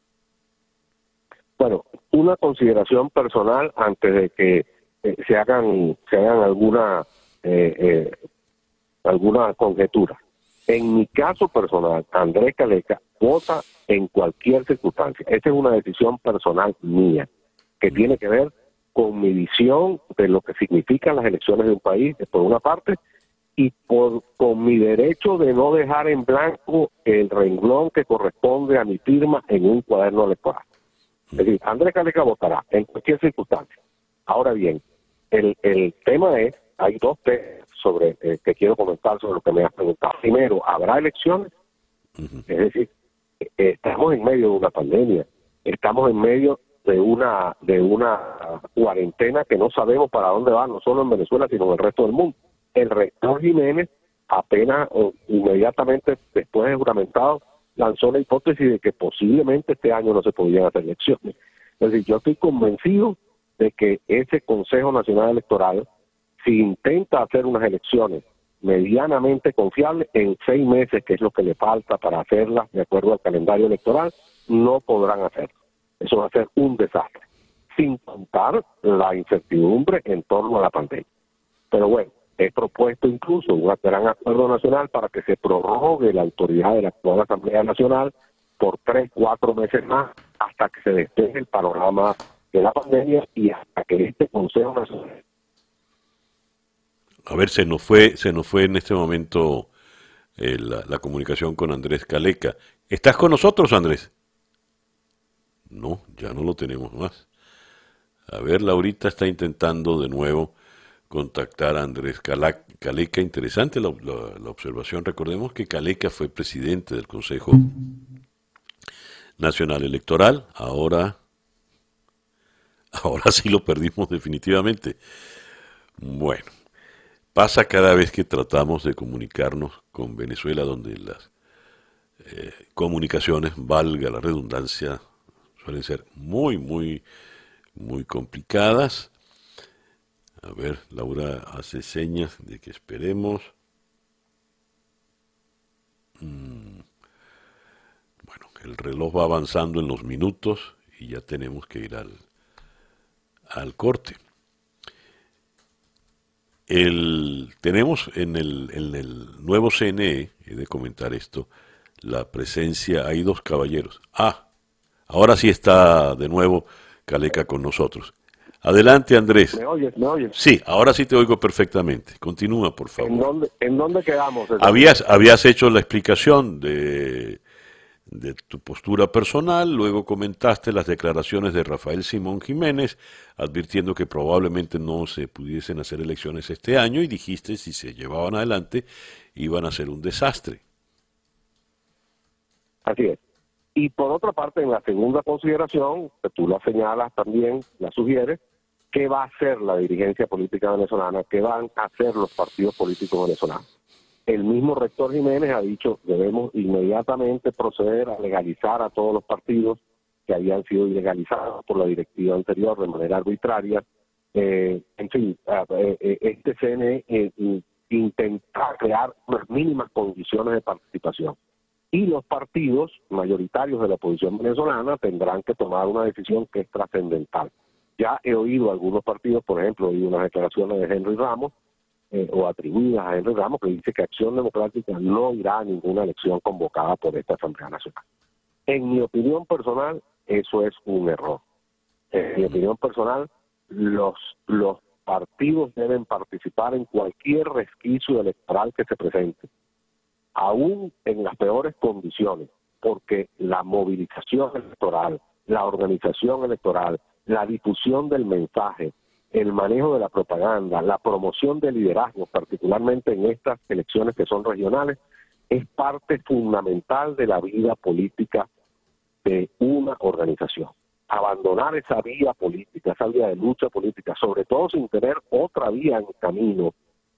F: Bueno, una consideración personal antes de que eh, se hagan se hagan alguna eh, eh, alguna conjetura. En mi caso personal, Andrés Caleca vota en cualquier circunstancia. Esa es una decisión personal mía, que tiene que ver con mi visión de lo que significan las elecciones de un país, por una parte, y por con mi derecho de no dejar en blanco el renglón que corresponde a mi firma en un cuaderno electoral. Es decir, Andrés Caleca votará en cualquier circunstancia. Ahora bien, el, el tema es, hay dos temas sobre eh, que quiero comentar sobre lo que me has preguntado. Primero, ¿habrá elecciones? Uh-huh. Es decir, eh, estamos en medio de una pandemia, estamos en medio de una de una cuarentena que no sabemos para dónde va, no solo en Venezuela, sino en el resto del mundo. El rector Jiménez, apenas o inmediatamente después de juramentado, lanzó la hipótesis de que posiblemente este año no se podían hacer elecciones. Es decir, yo estoy convencido de que ese Consejo Nacional Electoral, si intenta hacer unas elecciones medianamente confiables, en seis meses, que es lo que le falta para hacerlas de acuerdo al calendario electoral, no podrán hacerlo. Eso va a ser un desastre, sin contar la incertidumbre en torno a la pandemia. Pero bueno, he propuesto incluso un gran acuerdo nacional para que se prorrogue la autoridad de la actual Asamblea Nacional por tres, cuatro meses más, hasta que se despeje el panorama de la pandemia y hasta que este Consejo Nacional...
C: A ver, se nos fue, se nos fue en este momento eh, la, la comunicación con Andrés Caleca. ¿Estás con nosotros, Andrés? No, ya no lo tenemos más. A ver, Laurita está intentando de nuevo contactar a Andrés Caleca. Interesante la, la, la observación. Recordemos que Caleca fue presidente del Consejo Nacional Electoral. Ahora, ahora sí lo perdimos definitivamente. Bueno, pasa cada vez que tratamos de comunicarnos con Venezuela, donde las eh, comunicaciones, valga la redundancia, suelen ser muy, muy, muy complicadas. A ver, Laura hace señas de que esperemos. Mm. Bueno, el reloj va avanzando en los minutos y ya tenemos que ir al, al corte. El, tenemos en el, en el nuevo C N E, he de comentar esto, la presencia, hay dos caballeros. Ah, ahora sí está de nuevo Caleca con nosotros. Adelante, Andrés.
F: ¿Me oyes? ¿Me oyes?
C: Sí, ahora sí te oigo perfectamente. Continúa, por favor.
F: ¿En dónde, en dónde quedamos?
C: Habías, habías hecho la explicación de, de tu postura personal, luego comentaste las declaraciones de Rafael Simón Jiménez, advirtiendo que probablemente no se pudiesen hacer elecciones este año, y dijiste si se llevaban adelante iban a ser un desastre.
F: Así es. Y por otra parte, en la segunda consideración, que tú la señalas también, la sugieres, ¿qué va a hacer la dirigencia política venezolana? ¿Qué van a hacer los partidos políticos venezolanos? El mismo rector Jiménez ha dicho que debemos inmediatamente proceder a legalizar a todos los partidos que habían sido ilegalizados por la directiva anterior de manera arbitraria. Eh, en fin, eh, este C N E eh, intenta crear unas mínimas condiciones de participación. Y los partidos mayoritarios de la oposición venezolana tendrán que tomar una decisión que es trascendental. Ya he oído algunos partidos, por ejemplo, he oído unas declaraciones de Henry Ramos, eh, o atribuidas a Henry Ramos, que dice que Acción Democrática no irá a ninguna elección convocada por esta Asamblea Nacional. En mi opinión personal, eso es un error. En mi opinión personal, los, los partidos deben participar en cualquier resquicio electoral que se presente, aún en las peores condiciones, porque la movilización electoral, la organización electoral, la difusión del mensaje, el manejo de la propaganda, la promoción de liderazgo, particularmente en estas elecciones que son regionales, es parte fundamental de la vida política de una organización. Abandonar esa vía política, esa vía de lucha política, sobre todo sin tener otra vía en camino,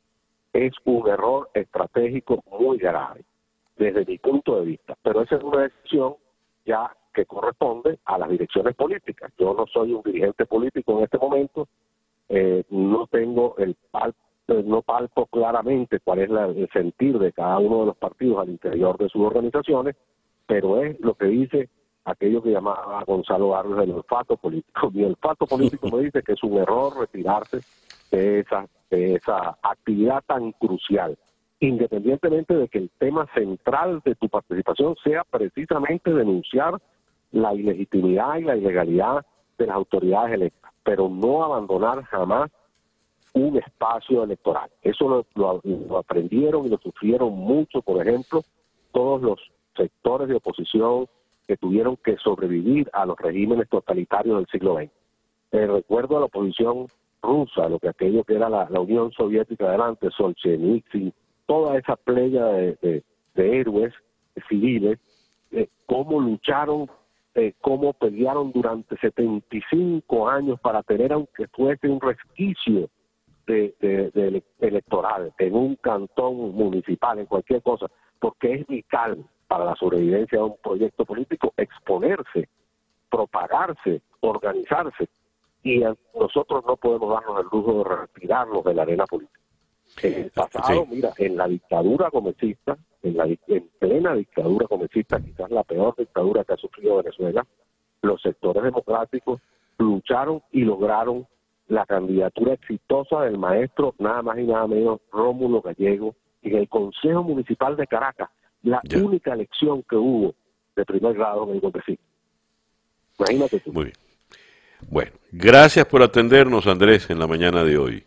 F: es un error estratégico muy grave, desde mi punto de vista. Pero esa es una decisión ya que corresponde a las direcciones políticas. Yo no soy un dirigente político en este momento, eh, no tengo el palpo, no palpo claramente cuál es la, el sentir de cada uno de los partidos al interior de sus organizaciones, pero es lo que dice aquello que llamaba Gonzalo Barrios el olfato político. Mi olfato político me dice que es un error retirarse de esa, de esa actividad tan crucial, independientemente de que el tema central de tu participación sea precisamente denunciar la ilegitimidad y la ilegalidad de las autoridades electas, pero no abandonar jamás un espacio electoral. Eso lo, lo, lo aprendieron y lo sufrieron mucho, por ejemplo, todos los sectores de oposición que tuvieron que sobrevivir a los regímenes totalitarios del siglo veinte. Eh, recuerdo a la oposición rusa, lo que aquello que era la, la Unión Soviética adelante, Solzhenitsyn, toda esa playa de, de, de héroes civiles, eh, cómo lucharon, eh, cómo pelearon durante setenta y cinco años para tener, aunque fuese un resquicio de, de, de electoral, en un cantón municipal, en cualquier cosa, porque es vital para la sobrevivencia de un proyecto político exponerse, propagarse, organizarse, y nosotros no podemos darnos el lujo de retirarnos de la arena política. En el pasado, sí. Mira, en la dictadura comecista, en la en plena dictadura comecista, quizás la peor dictadura que ha sufrido Venezuela, los sectores democráticos lucharon y lograron la candidatura exitosa del maestro, nada más y nada menos, Rómulo Gallego, en el Consejo Municipal de Caracas, la ya. única elección que hubo de primer grado en el golpe cívico. Imagínate tú.
C: Muy bien. Bueno, gracias por atendernos, Andrés, en la mañana de hoy.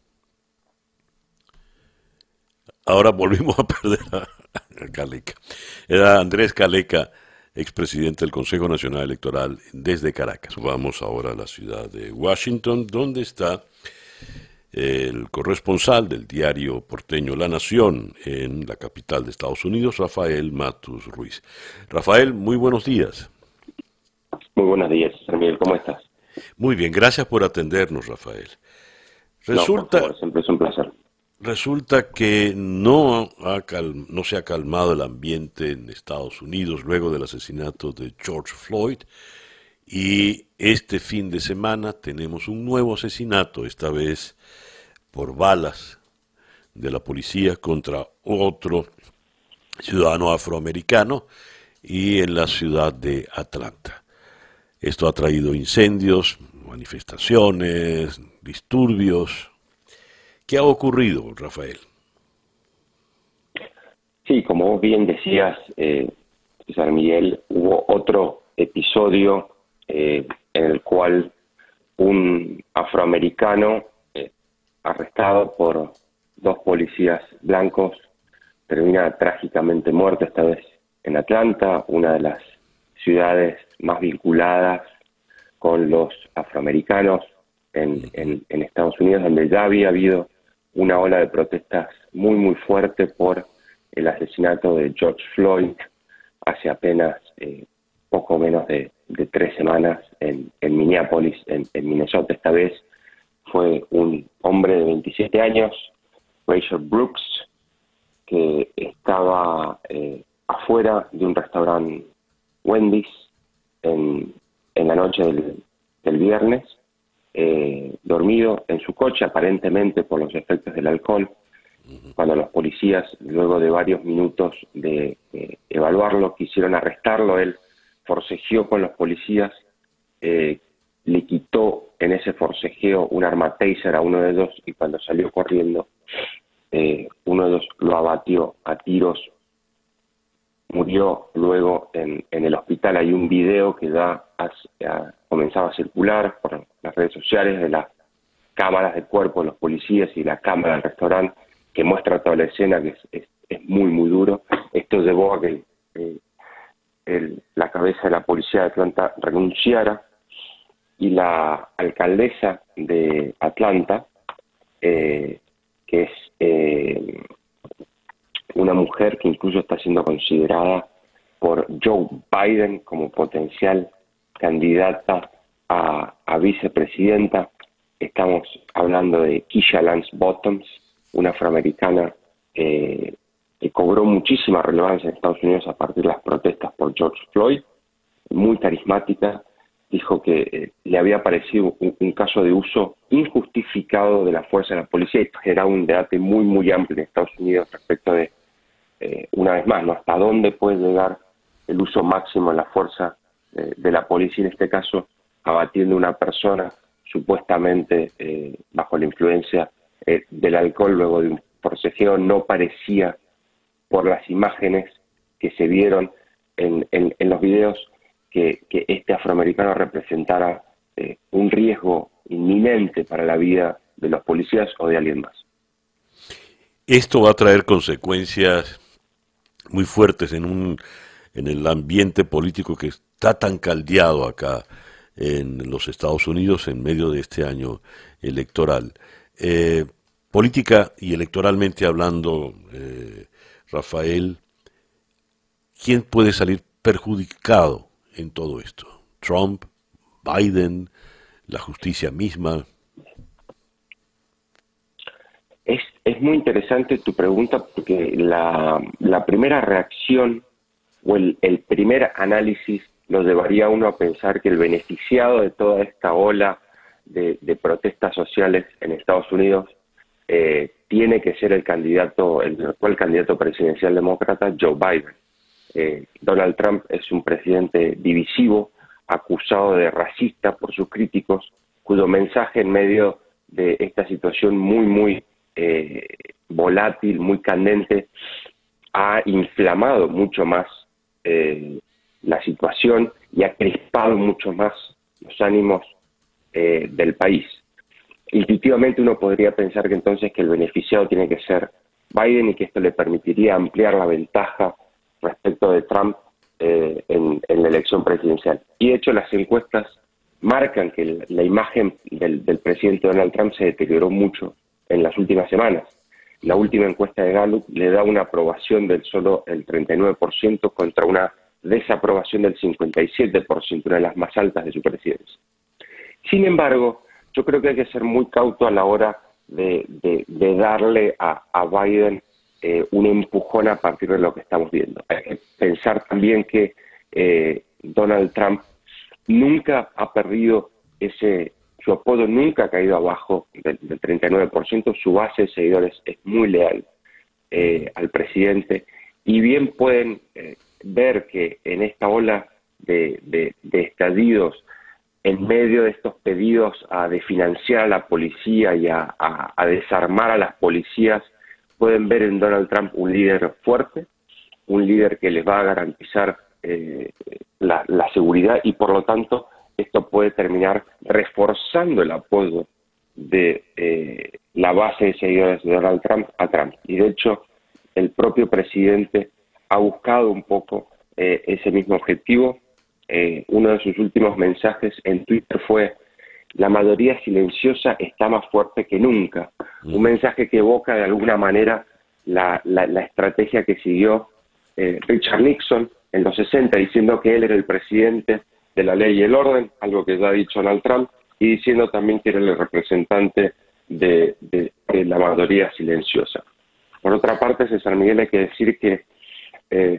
C: Ahora volvimos a perder a, a Caleca. Era Andrés Caleca, expresidente del Consejo Nacional Electoral desde Caracas. Vamos ahora a la ciudad de Washington, donde está el corresponsal del diario porteño La Nación en la capital de Estados Unidos, Rafael Matus Ruiz. Rafael, muy buenos días.
G: Muy buenos días, Miguel, ¿cómo estás?
C: Muy bien, gracias por atendernos, Rafael. Resulta,
G: no, por favor, siempre es un placer.
C: Resulta que no, ha cal, no se ha calmado el ambiente en Estados Unidos luego del asesinato de George Floyd, y este fin de semana tenemos un nuevo asesinato, esta vez por balas de la policía contra otro ciudadano afroamericano y en la ciudad de Atlanta. Esto ha traído incendios, manifestaciones, disturbios. ¿Qué ha ocurrido, Rafael?
G: Sí, como vos bien decías, eh, César Miguel, hubo otro episodio eh, en el cual un afroamericano eh, arrestado por dos policías blancos termina trágicamente muerto, esta vez en Atlanta, una de las ciudades más vinculadas con los afroamericanos en, en, en Estados Unidos, donde ya había habido una ola de protestas muy, muy fuerte por el asesinato de George Floyd hace apenas eh, poco menos de, de tres semanas en, en Minneapolis, en, en Minnesota. Esta vez fue un hombre de veintisiete años, Rayshard Brooks, que estaba eh, afuera de un restaurante Wendy's en, en la noche del, del viernes, eh, dormido en su coche, aparentemente por los efectos del alcohol, cuando los policías, luego de varios minutos de eh, evaluarlo, quisieron arrestarlo. Él forcejeó con los policías, eh, le quitó en ese forcejeo un arma taser a uno de ellos, y cuando salió corriendo eh, uno de ellos lo abatió a tiros, murió luego en, en el hospital. Hay un video que ya ha, ha comenzado a circular por las redes sociales de las cámaras de cuerpo de los policías y la cámara del restaurante que muestra toda la escena, que es, es, es muy, muy duro. Esto llevó a que eh, el, la cabeza de la policía de Atlanta renunciara, y la alcaldesa de Atlanta, eh, que es eh, una mujer que incluso está siendo considerada por Joe Biden como potencial candidata a, a vicepresidenta. Estamos hablando de Keisha Lance Bottoms, una afroamericana eh, que cobró muchísima relevancia en Estados Unidos a partir de las protestas por George Floyd, muy carismática. Dijo que eh, le había parecido un, un caso de uso injustificado de la fuerza de la policía, y era un debate muy, muy amplio en Estados Unidos respecto de, eh, una vez más, ¿no?, hasta dónde puede llegar el uso máximo de la fuerza eh, de la policía, en este caso, abatiendo a una persona supuestamente eh, bajo la influencia eh, del alcohol luego de un forcejeo. No parecía, por las imágenes que se vieron en, en, en los videos, que, que este afroamericano representara eh, un riesgo inminente para la vida de los policías o de alguien más.
C: Esto va a traer consecuencias muy fuertes en un en el ambiente político que está tan caldeado acá en los Estados Unidos en medio de este año electoral. Eh, política y electoralmente hablando, eh, Rafael, ¿quién puede salir perjudicado en todo esto? ¿Trump, Biden, la justicia misma?
G: Es, es muy interesante tu pregunta, porque la, la primera reacción o el, el primer análisis lo llevaría a uno a pensar que el beneficiado de toda esta ola de, de protestas sociales en Estados Unidos eh, tiene que ser el candidato, el actual candidato presidencial demócrata, Joe Biden. Eh, Donald Trump es un presidente divisivo, acusado de racista por sus críticos, cuyo mensaje en medio de esta situación muy, muy eh, volátil, muy candente, ha inflamado mucho más eh, la situación y ha crispado mucho más los ánimos eh, del país. Intuitivamente uno podría pensar que entonces que el beneficiado tiene que ser Biden, y que esto le permitiría ampliar la ventaja respecto de Trump eh, en, en la elección presidencial. Y de hecho las encuestas marcan que la, la imagen del, del presidente Donald Trump se deterioró mucho en las últimas semanas. La última encuesta de Gallup le da una aprobación del solo el treinta y nueve por ciento contra una desaprobación del cincuenta y siete por ciento, una de las más altas de su presidencia. Sin embargo, yo creo que hay que ser muy cauto a la hora de, de, de darle a, a Biden eh, un empujón a partir de lo que estamos viendo. Hay que pensar también que eh, Donald Trump nunca ha perdido ese, su apoyo nunca ha caído abajo del, del treinta y nueve por ciento, su base de seguidores es muy leal eh, al presidente, y bien pueden eh, ver que en esta ola de, de, de estallidos, en medio de estos pedidos a desfinanciar a la policía y a, a, a desarmar a las policías, pueden ver en Donald Trump un líder fuerte, un líder que les va a garantizar eh, la, la seguridad, y por lo tanto esto puede terminar reforzando el apoyo de eh, la base de seguidores de Donald Trump a Trump. Y de hecho el propio presidente ha buscado un poco eh, ese mismo objetivo. Eh, uno de sus últimos mensajes en Twitter fue: la mayoría silenciosa está más fuerte que nunca. Mm. Un mensaje que evoca de alguna manera la, la, la estrategia que siguió eh, Richard Nixon en los sesenta, diciendo que él era el presidente de la ley y el orden, algo que ya ha dicho Donald Trump, y diciendo también que era el representante de, de, de la mayoría silenciosa. Por otra parte, César Miguel, hay que decir que eh,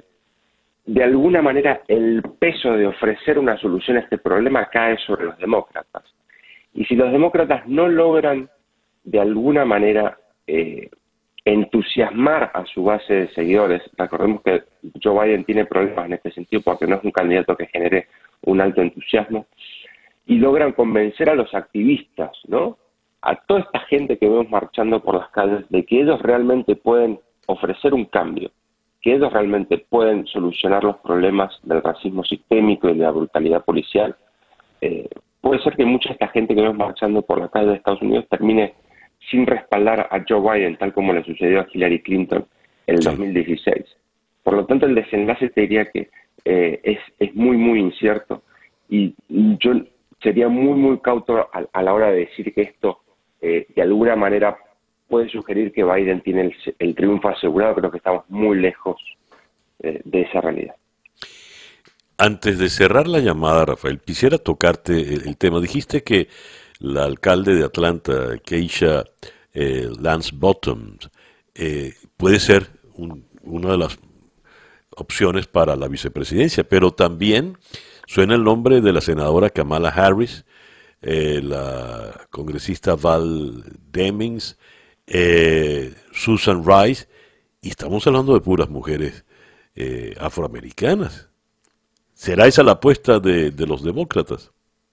G: de alguna manera el peso de ofrecer una solución a este problema cae sobre los demócratas. Y si los demócratas no logran de alguna manera eh, entusiasmar a su base de seguidores, recordemos que Joe Biden tiene problemas en este sentido porque no es un candidato que genere un alto entusiasmo, y logran convencer a los activistas, ¿no?, a toda esta gente que vemos marchando por las calles de que ellos realmente pueden ofrecer un cambio, que ellos realmente pueden solucionar los problemas del racismo sistémico y de la brutalidad policial. Eh, puede ser que mucha de esta gente que vemos marchando por la calle de Estados Unidos termine sin respaldar a Joe Biden, tal como le sucedió a Hillary Clinton en el dos mil dieciséis. Por lo tanto, el desenlace te diría que eh, es, es muy, muy incierto, y yo sería muy, muy cauto a, a la hora de decir que esto eh, de alguna manera puede sugerir que Biden tiene el, el triunfo asegurado. Creo que estamos muy lejos eh, de esa realidad.
C: Antes de cerrar la llamada, Rafael, quisiera tocarte el, el tema. Dijiste que la alcalde de Atlanta, Keisha eh, Lance Bottoms, eh, puede ser un, una de las opciones para la vicepresidencia, pero también suena el nombre de la senadora Kamala Harris, eh, la congresista Val Demings, eh, Susan Rice, y estamos hablando de puras mujeres eh, afroamericanas. ¿Será esa la apuesta de, de los demócratas?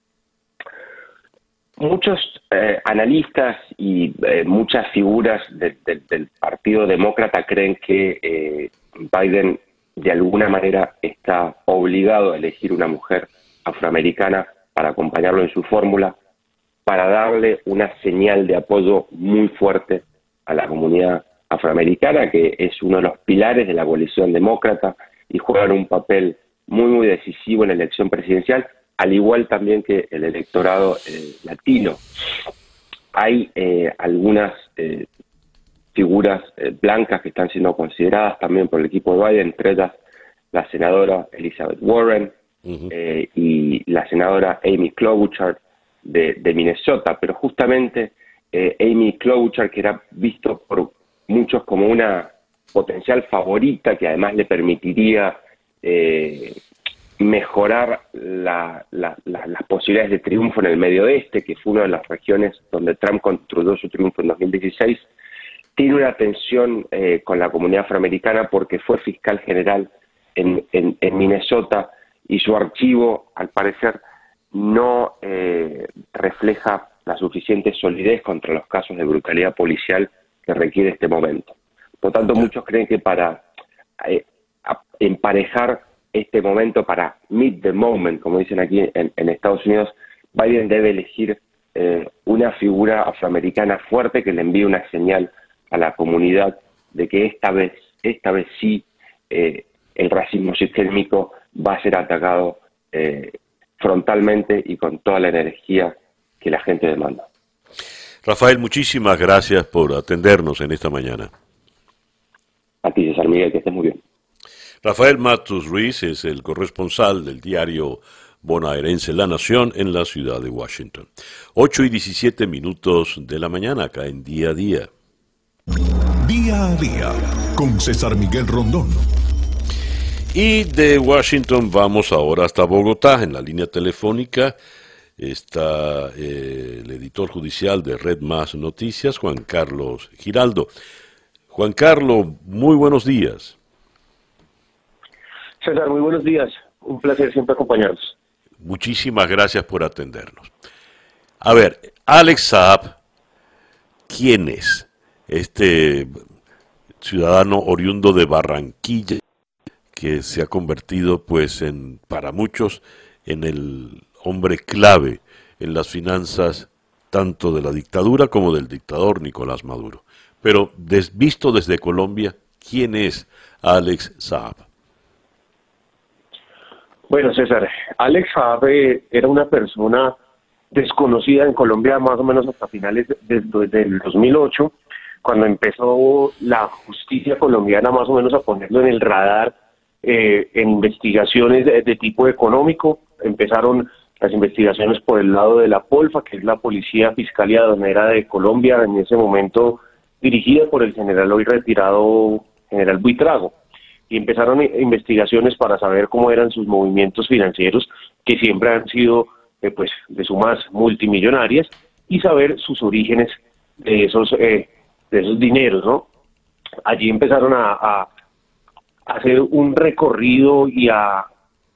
G: Muchos eh, analistas y eh, muchas figuras de, de, del Partido Demócrata creen que eh, Biden de alguna manera está obligado a elegir una mujer afroamericana para acompañarlo en su fórmula, para darle una señal de apoyo muy fuerte a la comunidad afroamericana, que es uno de los pilares de la coalición demócrata y juegan un papel muy, muy decisivo en la elección presidencial, al igual también que el electorado eh, latino. Hay eh, algunas eh, figuras eh, blancas que están siendo consideradas también por el equipo de Biden, entre ellas la senadora Elizabeth Warren uh-huh. eh, y la senadora Amy Klobuchar de, de Minnesota, pero justamente eh, Amy Klobuchar, que era visto por muchos como una potencial favorita, que además le permitiría eh, mejorar la, la, la, las posibilidades de triunfo en el Medio Oeste, que fue una de las regiones donde Trump construyó su triunfo en dos mil dieciséis, tiene una tensión eh, con la comunidad afroamericana porque fue fiscal general en, en, en Minnesota y su archivo, al parecer, no eh, refleja la suficiente solidez contra los casos de brutalidad policial que requiere este momento. Por tanto, muchos creen que para eh, emparejar este momento, para meet the moment, como dicen aquí en, en Estados Unidos, Biden debe elegir eh, una figura afroamericana fuerte que le envíe una señal a la comunidad de que esta vez, esta vez sí, eh, el racismo sistémico va a ser atacado eh, frontalmente y con toda la energía que la gente demanda.
C: Rafael, muchísimas gracias por atendernos en esta mañana.
G: A ti, César Miguel, que estés muy bien.
C: Rafael Matus Ruiz es el corresponsal del diario bonaerense La Nación en la ciudad de Washington. ocho y diecisiete minutos de la mañana, acá en Día a Día.
B: Día a Día, con César Miguel Rondón.
C: Y de Washington vamos ahora hasta Bogotá. En la línea telefónica está eh, el editor judicial de Red Más Noticias, Juan Carlos Giraldo. Juan Carlos, muy buenos días.
H: César, muy buenos días. Un placer siempre acompañarnos.
C: Muchísimas gracias por atendernos. A ver, Alex Saab, ¿quién es? Este ciudadano oriundo de Barranquilla, que se ha convertido, pues, en para muchos, en el hombre clave en las finanzas tanto de la dictadura como del dictador Nicolás Maduro. Pero des, visto desde Colombia, ¿quién es Alex Saab?
H: Bueno, César, Alex Saab eh, era una persona desconocida en Colombia más o menos hasta finales del de, de dos mil ocho, cuando empezó la justicia colombiana más o menos a ponerlo en el radar eh, en investigaciones de, de tipo económico. Empezaron las investigaciones por el lado de la Polfa, que es la Policía Fiscal y Aduanera de Colombia, en ese momento dirigida por el general hoy retirado, general Buitrago. Y empezaron investigaciones para saber cómo eran sus movimientos financieros, que siempre han sido eh, pues de sumas multimillonarias, y saber sus orígenes de esos eh, de esos dineros, ¿no? Allí empezaron a, a hacer un recorrido y a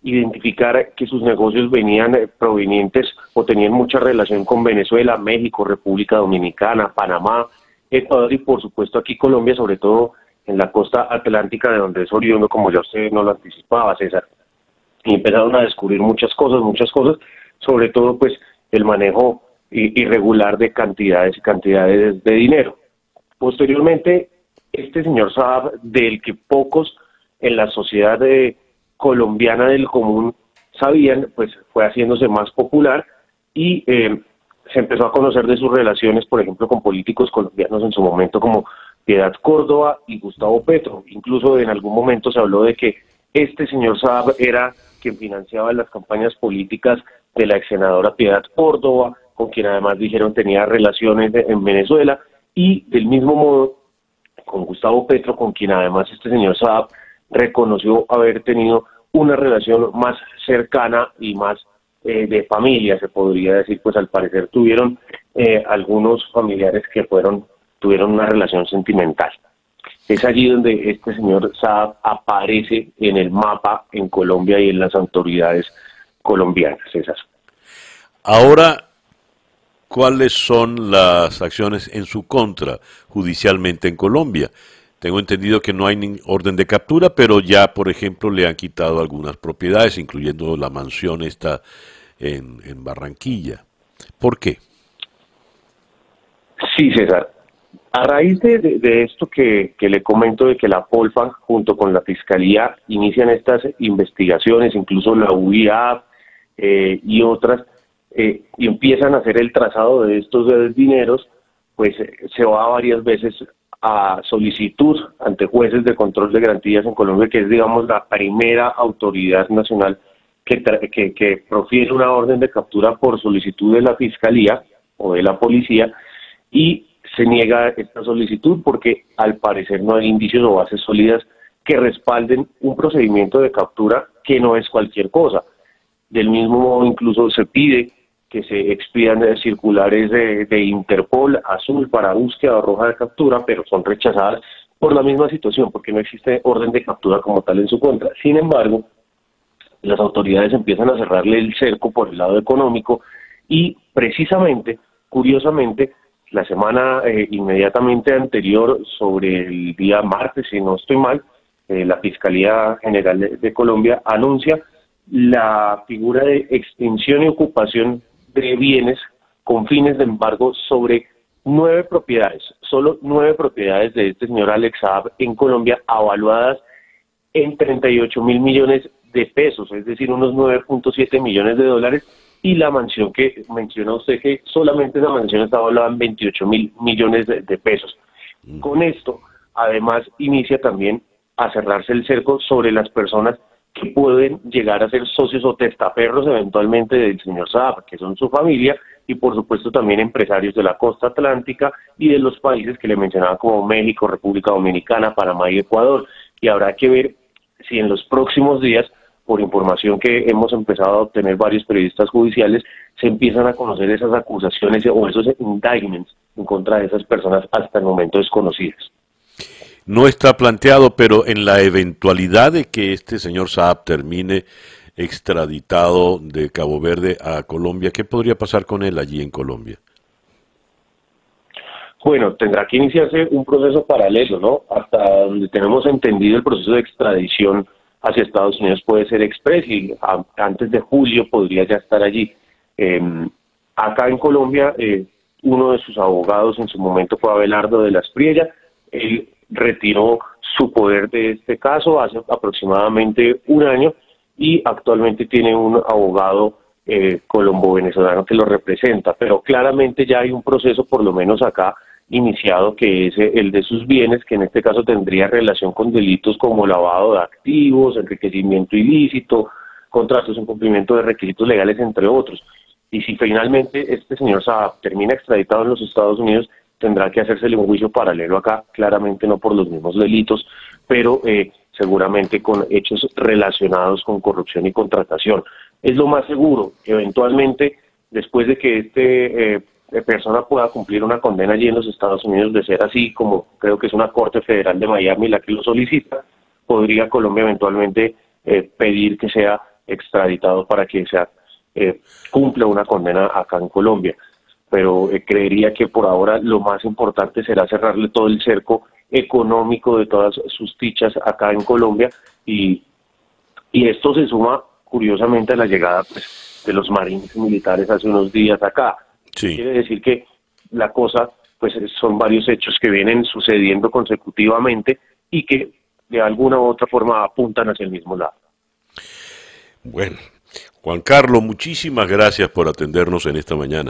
H: identificar que sus negocios venían eh, provenientes o tenían mucha relación con Venezuela, México, República Dominicana, Panamá, Ecuador y por supuesto aquí Colombia, sobre todo en la costa atlántica de donde es oriundo, como ya usted no lo anticipaba, César. Y empezaron a descubrir muchas cosas, muchas cosas, sobre todo pues el manejo irregular de cantidades y cantidades de dinero. Posteriormente, este señor Saab, del que pocos en la sociedad de, colombiana del común sabían, pues fue haciéndose más popular y eh, se empezó a conocer de sus relaciones, por ejemplo, con políticos colombianos en su momento como Piedad Córdoba y Gustavo Petro. Incluso en algún momento se habló de que este señor Saab era quien financiaba las campañas políticas de la ex senadora Piedad Córdoba, con quien además dijeron tenía relaciones de, en Venezuela, y del mismo modo con Gustavo Petro, con quien además este señor Saab reconoció haber tenido una relación más cercana y más eh, de familia, se podría decir, pues al parecer tuvieron eh, algunos familiares que fueron tuvieron una relación sentimental. Es allí donde este señor Saab aparece en el mapa en Colombia y en las autoridades colombianas, César.
C: Ahora, ¿cuáles son las acciones en su contra judicialmente en Colombia? Tengo entendido que no hay ni orden de captura, pero ya, por ejemplo, le han quitado algunas propiedades, incluyendo la mansión esta en, en Barranquilla. ¿Por qué?
H: Sí, César. A raíz de, de, de esto que, que le comento, de que la Polfa, junto con la Fiscalía, inician estas investigaciones, incluso la U I A eh, y otras, eh, y empiezan a hacer el trazado de estos de dineros, pues eh, se va varias veces a solicitud ante jueces de control de garantías en Colombia, que es, digamos, la primera autoridad nacional que, que, que profiere una orden de captura por solicitud de la Fiscalía o de la Policía, y se niega esta solicitud porque al parecer no hay indicios o bases sólidas que respalden un procedimiento de captura que no es cualquier cosa. Del mismo modo, incluso se pide que se expidan circulares de, de Interpol azul para búsqueda roja de captura, pero son rechazadas por la misma situación, porque no existe orden de captura como tal en su contra. Sin embargo, las autoridades empiezan a cerrarle el cerco por el lado económico y precisamente, curiosamente, la semana eh, inmediatamente anterior, sobre el día martes, si no estoy mal, eh, la Fiscalía General de, de Colombia anuncia la figura de extinción y ocupación de bienes con fines de embargo sobre nueve propiedades, solo nueve propiedades de este señor Alex Saab en Colombia, avaluadas en treinta y ocho mil millones de pesos, es decir, unos nueve punto siete millones de dólares, y la mansión que menciona usted, que solamente esa mansión está valorada en veintiocho mil millones de, de pesos. Con esto, además, inicia también a cerrarse el cerco sobre las personas que pueden llegar a ser socios o testaferros eventualmente del señor Saab, que son su familia, y por supuesto también empresarios de la costa atlántica y de los países que le mencionaba como México, República Dominicana, Panamá y Ecuador. Y habrá que ver si en los próximos días, por información que hemos empezado a obtener varios periodistas judiciales, se empiezan a conocer esas acusaciones o esos indictments en contra de esas personas hasta el momento desconocidas.
C: No está planteado, pero en la eventualidad de que este señor Saab termine extraditado de Cabo Verde a Colombia, ¿qué podría pasar con él allí en Colombia?
H: Bueno, tendrá que iniciarse un proceso paralelo, ¿no? Hasta donde tenemos entendido, el proceso de extradición hacia Estados Unidos puede ser express y a, antes de julio podría ya estar allí. Eh, acá en Colombia, eh, uno de sus abogados en su momento fue Abelardo de la Espriella. Él retiró su poder de este caso hace aproximadamente un año y actualmente tiene un abogado eh, colombo-venezolano que lo representa, pero claramente ya hay un proceso, por lo menos acá, iniciado, que es el de sus bienes, que en este caso tendría relación con delitos como lavado de activos, enriquecimiento ilícito, contratos en cumplimiento de requisitos legales, entre otros. Y si finalmente este señor Saab termina extraditado en los Estados Unidos, tendrá que hacérsele un juicio paralelo acá, claramente no por los mismos delitos, pero eh, seguramente con hechos relacionados con corrupción y contratación. Es lo más seguro, eventualmente, después de que este eh, persona pueda cumplir una condena allí en los Estados Unidos, de ser así, como creo que es una Corte Federal de Miami la que lo solicita, podría Colombia eventualmente eh, pedir que sea extraditado para que se eh, cumpla una condena acá en Colombia. Pero eh, creería que por ahora lo más importante será cerrarle todo el cerco económico de todas sus fichas acá en Colombia, y, y esto se suma curiosamente a la llegada pues, de los marines militares hace unos días acá.
C: Sí.
H: Quiere decir que la cosa, pues son varios hechos que vienen sucediendo consecutivamente y que de alguna u otra forma apuntan hacia el mismo lado.
C: Bueno, Juan Carlos, muchísimas gracias por atendernos en esta mañana.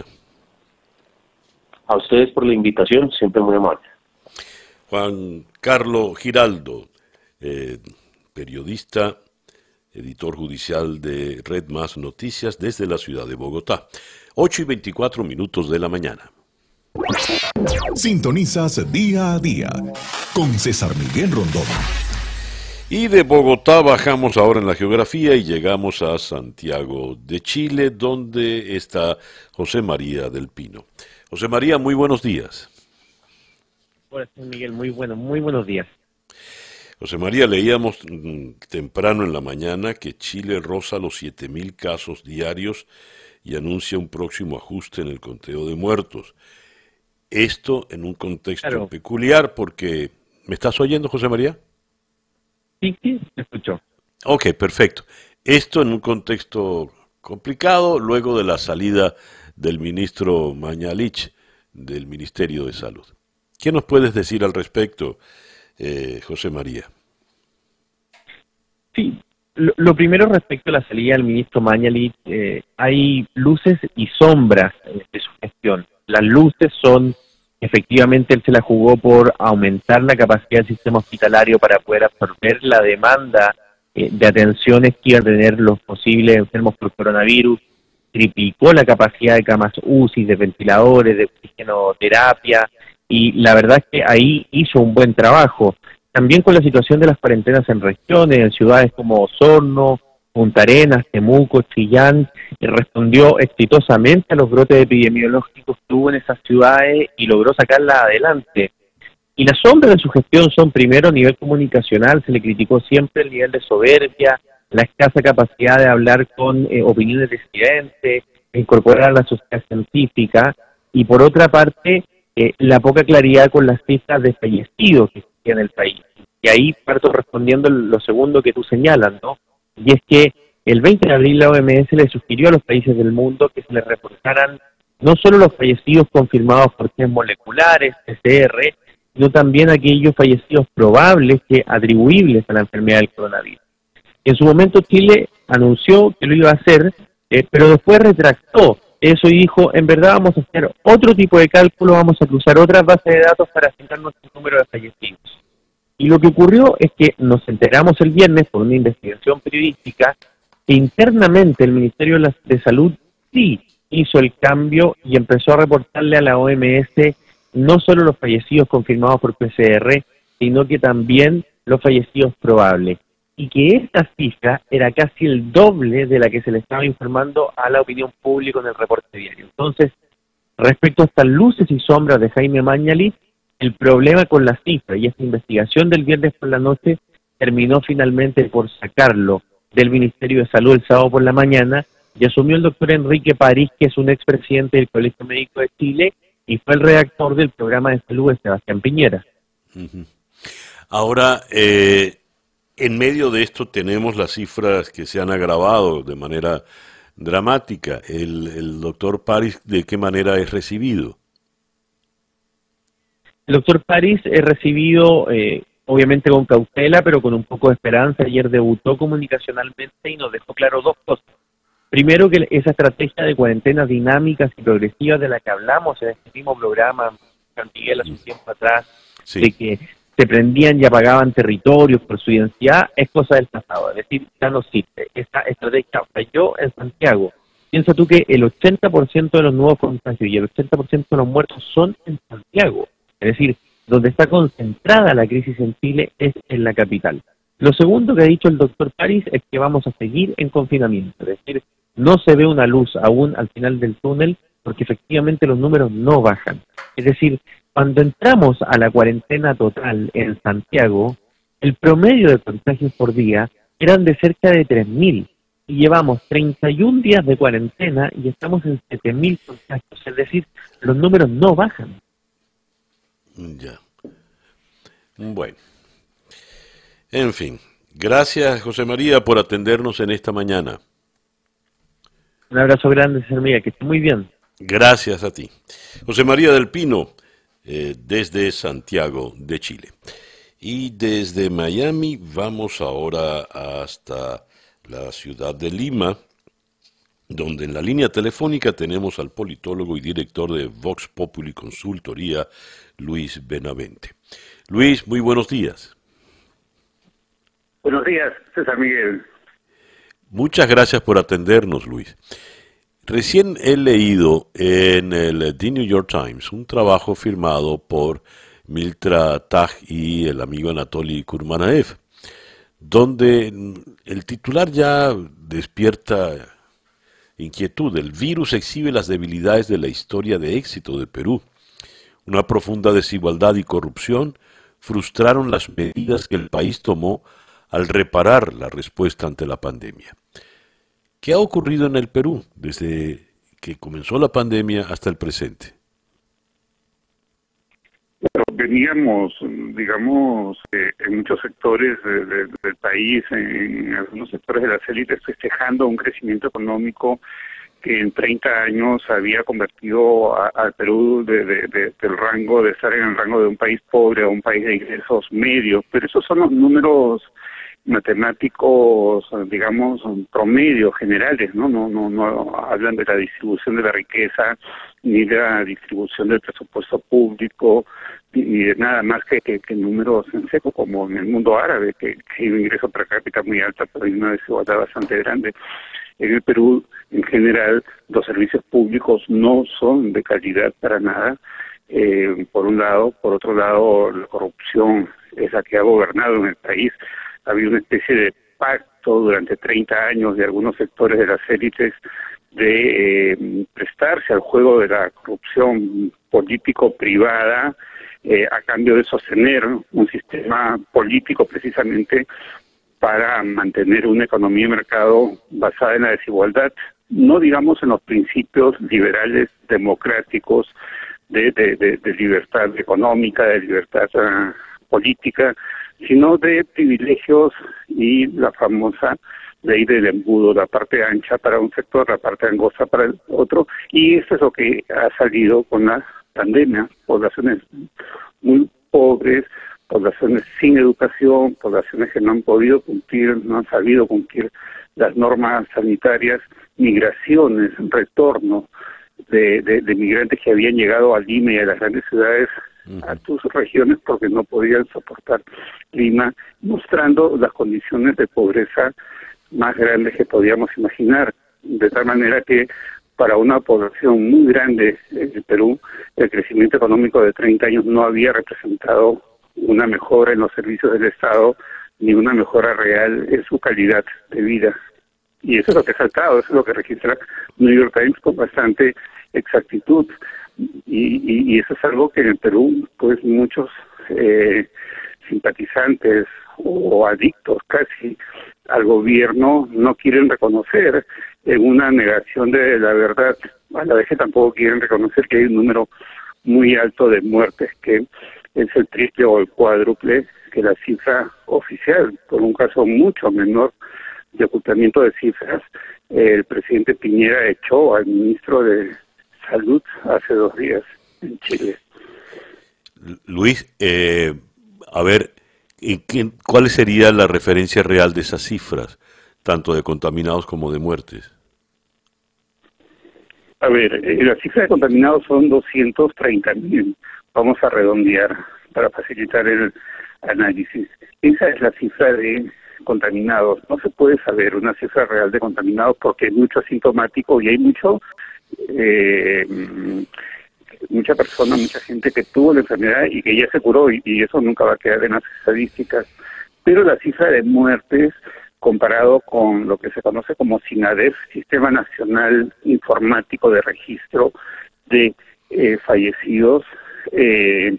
H: A ustedes por la invitación, siempre muy amable.
C: Juan Carlos Giraldo, eh, periodista, editor judicial de Red Más Noticias desde la ciudad de Bogotá. ocho y veinticuatro minutos de la mañana.
B: Sintonizas Día a Día con César Miguel Rondón.
C: Y de Bogotá bajamos ahora en la geografía y llegamos a Santiago de Chile, donde está José María del Pino. José María, muy buenos días.
I: Hola, Miguel, muy bueno, muy buenos días.
C: José María, leíamos mm, temprano en la mañana que Chile roza los siete mil casos diarios y anuncia un próximo ajuste en el conteo de muertos. Esto en un contexto
I: claro.
C: peculiar porque... ¿Me estás oyendo, José María?
I: Sí, sí, te escucho.
C: Ok, perfecto. Esto en un contexto complicado luego de la salida del ministro Mañalich del Ministerio de Salud. ¿Qué nos puedes decir al respecto, eh, José María?
I: Sí, lo, lo primero respecto a la salida del ministro Mañalich, eh, hay luces y sombras de su gestión. Las luces son, efectivamente, él se la jugó por aumentar la capacidad del sistema hospitalario para poder absorber la demanda eh, de atenciones que iban a tener los posibles enfermos por coronavirus, triplicó la capacidad de camas U C I, de ventiladores, de oxigenoterapia, y la verdad es que ahí hizo un buen trabajo. También con la situación de las cuarentenas en regiones, en ciudades como Osorno, Punta Arenas, Temuco, Chillán, y respondió exitosamente a los brotes epidemiológicos que hubo en esas ciudades y logró sacarla adelante. Y las sombras de su gestión son, primero, a nivel comunicacional, se le criticó siempre el nivel de soberbia, la escasa capacidad de hablar con eh, opiniones disidentes, incorporar a la sociedad científica, y por otra parte, eh, la poca claridad con las cifras de fallecidos que existían en el país. Y ahí parto respondiendo lo segundo que tú señalas, ¿no? Y es que el veinte de abril la O M S le sugirió a los países del mundo que se les reportaran no solo los fallecidos confirmados por test moleculares, P C R, sino también aquellos fallecidos probables que atribuibles a la enfermedad del coronavirus. En su momento Chile anunció que lo iba a hacer, eh, pero después retractó eso y dijo, en verdad vamos a hacer otro tipo de cálculo, vamos a cruzar otras bases de datos para asignar nuestro número de fallecidos. Y lo que ocurrió es que nos enteramos el viernes por una investigación periodística que internamente el Ministerio de Salud sí hizo el cambio y empezó a reportarle a la O M S no solo los fallecidos confirmados por P C R, sino que también los fallecidos probables. Y que esta cifra era casi el doble de la que se le estaba informando a la opinión pública en el reporte diario. Entonces, respecto a estas luces y sombras de Jaime Mañalich, el problema con la cifra y esta investigación del viernes por la noche terminó finalmente por sacarlo del Ministerio de Salud el sábado por la mañana y asumió el doctor Enrique París, que es un expresidente del Colegio Médico de Chile y fue el redactor del programa de salud de Sebastián Piñera.
C: Uh-huh. Ahora, eh, en medio de esto tenemos las cifras que se han agravado de manera dramática. El, el doctor París, ¿de qué manera es recibido?
I: El doctor París es recibido, eh, obviamente con cautela, pero con un poco de esperanza. Ayer debutó comunicacionalmente y nos dejó claro dos cosas. Primero, que esa estrategia de cuarentenas dinámicas y progresivas de la que hablamos en este mismo programa, San Miguel, hace un tiempo atrás, sí, de que se prendían y apagaban territorios por su densidad, es cosa del pasado. Es decir, ya no sirve. Esta estrategia falló en Santiago. Piensa tú que el ochenta por ciento de los nuevos contagios y el ochenta por ciento de los muertos son en Santiago. Es decir, donde está concentrada la crisis en Chile es en la capital. Lo segundo que ha dicho el doctor París es que vamos a seguir en confinamiento. Es decir, no se ve una luz aún al final del túnel porque efectivamente los números no bajan. Es decir, cuando entramos a la cuarentena total en Santiago, el promedio de contagios por día eran de cerca de tres mil. y llevamos treinta y un días de cuarentena y estamos en siete mil contagios, es decir, los números no bajan.
C: Ya. Bueno. En fin, gracias José María por atendernos en esta mañana.
I: Un abrazo grande, señor Miguel, que esté muy bien. Gracias
C: a ti. José María del Pino, eh, desde Santiago de Chile. Y desde Miami vamos ahora hasta la ciudad de Lima, donde en la línea telefónica tenemos al politólogo y director de Vox Populi Consultoría, Luis Benavente. Luis, muy buenos días.
J: Buenos días, César Miguel.
C: Muchas gracias por atendernos, Luis. Recién he leído en el The New York Times un trabajo firmado por Miltra Taj y el amigo Anatoly Kurmanaev, donde el titular ya despierta inquietud. El virus exhibe las debilidades de la historia de éxito de Perú. Una profunda desigualdad y corrupción frustraron las medidas que el país tomó al reparar la respuesta ante la pandemia. ¿Qué ha ocurrido en el Perú desde que comenzó la pandemia hasta el presente?
J: Bueno, veníamos, digamos, eh, en muchos sectores de, de, del país, en, en algunos sectores de las élites, festejando un crecimiento económico que en treinta años había convertido al Perú de, de, de, del rango, de estar en el rango de un país pobre a un país de ingresos medios. Pero esos son los números matemáticos, digamos, promedios generales, ¿no? No, no, no hablan de la distribución de la riqueza, ni de la distribución del presupuesto público, ni de nada más que, que, que números en seco, como en el mundo árabe, que, que hay un ingreso per cápita muy alto, pero hay una desigualdad bastante grande. En el Perú, en general, los servicios públicos no son de calidad para nada, eh, por un lado. Por otro lado, la corrupción es la que ha gobernado en el país. Ha habido una especie de pacto durante treinta años de algunos sectores de las élites de eh, prestarse al juego de la corrupción político-privada eh, a cambio de sostener un sistema político precisamente para mantener una economía de mercado basada en la desigualdad, no digamos en los principios liberales democráticos de, de, de, de libertad económica, de libertad uh, política, sino de privilegios y la famosa ley del embudo, la parte ancha para un sector, la parte angosta para el otro, y eso es lo que ha salido con la pandemia. Poblaciones muy pobres, poblaciones sin educación, poblaciones que no han podido cumplir, no han sabido cumplir las normas sanitarias, migraciones, retorno de, de, de migrantes que habían llegado a Lima y a las grandes ciudades, a tus regiones porque no podían soportar Lima, mostrando las condiciones de pobreza más grandes que podíamos imaginar, de tal manera que para una población muy grande en el Perú, el crecimiento económico de treinta años no había representado una mejora en los servicios del Estado, ni una mejora real en su calidad de vida. Y eso es lo que ha saltado, eso es lo que registra New York Times con bastante exactitud. Y, y, y eso es algo que en el Perú, pues muchos eh, simpatizantes o adictos casi al gobierno no quieren reconocer en una negación de la verdad, a la vez que tampoco quieren reconocer que hay un número muy alto de muertes, que es el triple o el cuádruple que la cifra oficial, por un caso mucho menor de ocultamiento de cifras. El presidente Piñera echó al ministro de Salud hace dos días en Chile.
C: Luis, eh, a ver, ¿cuál sería la referencia real de esas cifras, tanto de contaminados como de muertes?
J: A ver, eh, la cifra de contaminados son doscientos treinta mil, vamos a redondear para facilitar el análisis. Esa es la cifra de contaminados. No se puede saber una cifra real de contaminados porque hay mucho asintomático y hay mucho eh, mucha persona, mucha gente que tuvo la enfermedad y que ya se curó, y, y eso nunca va a quedar en las estadísticas. Pero la cifra de muertes, comparado con lo que se conoce como SINADEF, Sistema Nacional Informático de Registro de eh, Fallecidos, eh,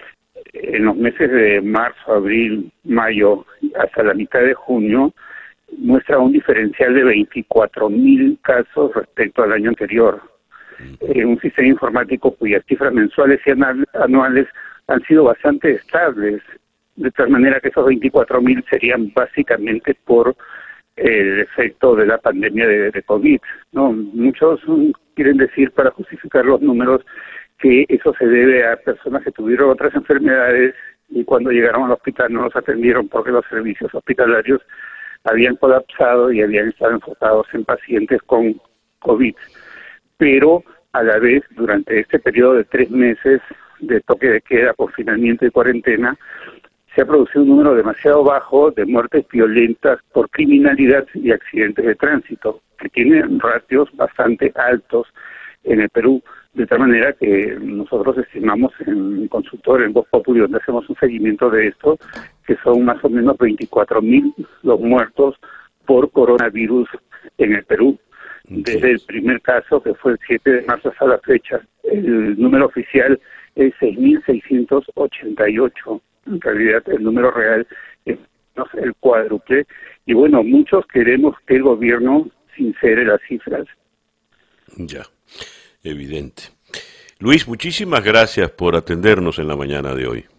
J: en los meses de marzo, abril, mayo, hasta la mitad de junio, muestra un diferencial de veinticuatro mil casos respecto al año anterior. Eh, un sistema informático cuyas cifras mensuales y anuales han sido bastante estables, de tal manera que esos veinticuatro mil serían básicamente por el efecto de la pandemia de, de COVID, ¿no? Muchos quieren decir, para justificar los números, que eso se debe a personas que tuvieron otras enfermedades y cuando llegaron al hospital no los atendieron porque los servicios hospitalarios habían colapsado y habían estado enfocados en pacientes con COVID. Pero a la vez, durante este periodo de tres meses de toque de queda, confinamiento y cuarentena, se ha producido un número demasiado bajo de muertes violentas por criminalidad y accidentes de tránsito, que tienen ratios bastante altos en el Perú, de tal manera que nosotros estimamos en mi consultor, en Voz Populi, donde hacemos un seguimiento de esto, que son más o menos veinticuatro mil los muertos por coronavirus en el Perú. Desde el primer caso, que fue el siete de marzo hasta la fecha, el número oficial es seis mil seiscientos ochenta y ocho. En realidad, el número real es el cuádruple. Y bueno, muchos queremos que el gobierno sincere las cifras.
C: Ya, evidente. Luis, muchísimas gracias por atendernos en la mañana de hoy.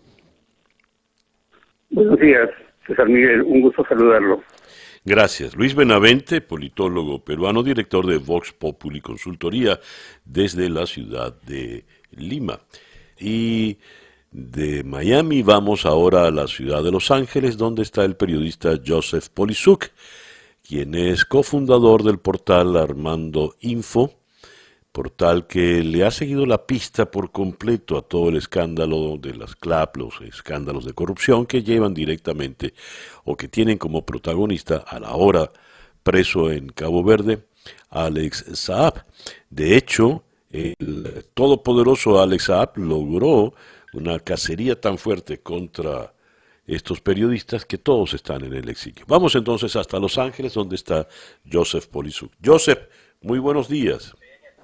J: Buenos días, César Miguel. Un gusto saludarlo.
C: Gracias. Luis Benavente, politólogo peruano, director de Vox Populi Consultoría desde la ciudad de Lima. Y de Miami vamos ahora a la ciudad de Los Ángeles, donde está el periodista Joseph Polisuk, quien es cofundador del portal Armando Info, portal que le ha seguido la pista por completo a todo el escándalo de las CLAP, los escándalos de corrupción que llevan directamente o que tienen como protagonista a la hora preso en Cabo Verde, Alex Saab. De hecho, el todopoderoso Alex Saab logró una cacería tan fuerte contra estos periodistas que todos están en el exilio. Vamos entonces hasta Los Ángeles, donde está Joseph Polisuk. Joseph, muy buenos días.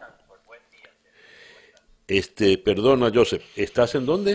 C: Este, perdona, Joseph, ¿estás en dónde?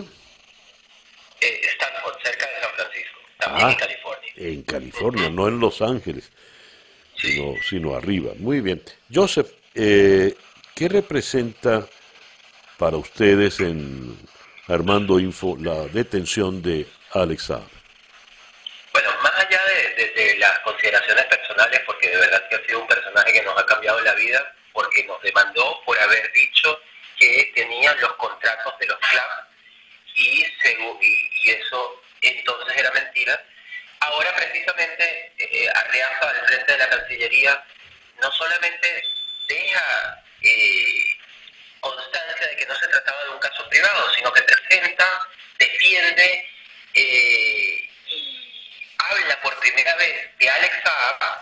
K: Eh, Stanford, cerca de San Francisco, también
C: ah,
K: en California.
C: En California, no en Los Ángeles, sino, sino arriba. Muy bien. Joseph, eh, ¿qué representa para ustedes en Armando Info la detención de Alex Saab?
K: Bueno, más allá de, de, de las consideraciones personales, porque de verdad que ha sido un personaje que nos ha cambiado la vida, porque nos demandó por haber dicho que tenían los contratos de los CLAP y, y, y eso entonces era mentira. Ahora precisamente eh, Arriaza, al frente de la Cancillería, no solamente deja eh, constancia de que no se trataba de un caso privado, sino que presenta, defiende eh, y habla por primera vez de Alex Saab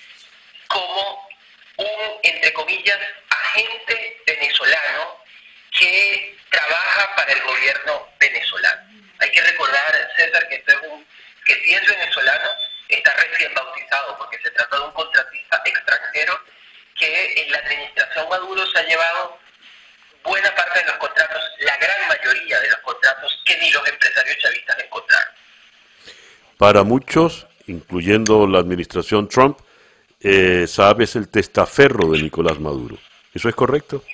K: como un, entre comillas, agente venezolano que trabaja para el gobierno venezolano. Hay que recordar, César, que este es un, que si es venezolano, está recién bautizado, porque se trata de un contratista extranjero que en la administración Maduro se ha llevado buena parte de los contratos, la gran mayoría de los contratos que ni los empresarios chavistas encontraron.
C: Para muchos, incluyendo la administración Trump, eh, Saab es el testaferro de Nicolás Maduro. ¿Eso es correcto?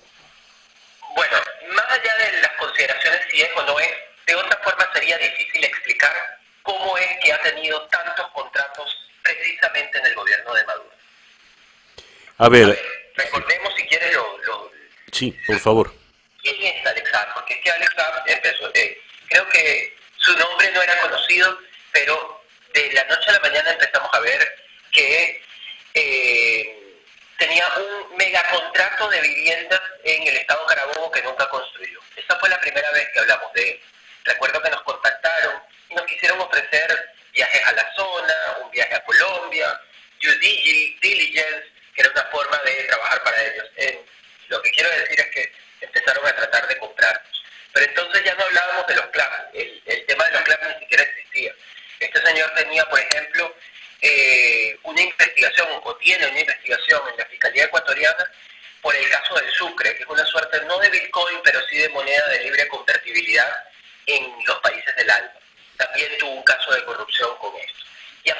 K: Bueno, más allá de las consideraciones si es o no es, de otra forma sería difícil explicar cómo es que ha tenido tantos contratos precisamente en el gobierno de Maduro.
C: A ver,
K: A ver recordemos si quieres lo, lo...
C: Sí, por favor.
K: ¿Quién es Alex Saab? Porque es que Alex Saab empezó, eh, creo que su nombre no era conocido, pero de la noche a la mañana empezamos a ver que eh, tenía un megacontrato de viviendas en el estado Carabobo que nunca construyó. Esa fue la primera vez que hablamos de él. Recuerdo que nos contactaron y nos quisieron ofrecer viajes a la zona, un viaje a Colombia, due diligence, que era una forma de trabajar para ellos. Eh, lo que quiero decir es que empezaron a tratar de comprarnos. Pero entonces ya no hablábamos de los CLAP. El, el tema de los CLAP ni siquiera existía. Este señor tenía, por ejemplo, eh, una investigación, o tiene una investigación en la Fiscalía Ecuatoriana por el caso del Sucre, que es una suerte no de Bitcoin, pero sí de moneda de libre convertibilidad en los países del ALBA. También tuvo un caso de corrupción con esto. Y a partir de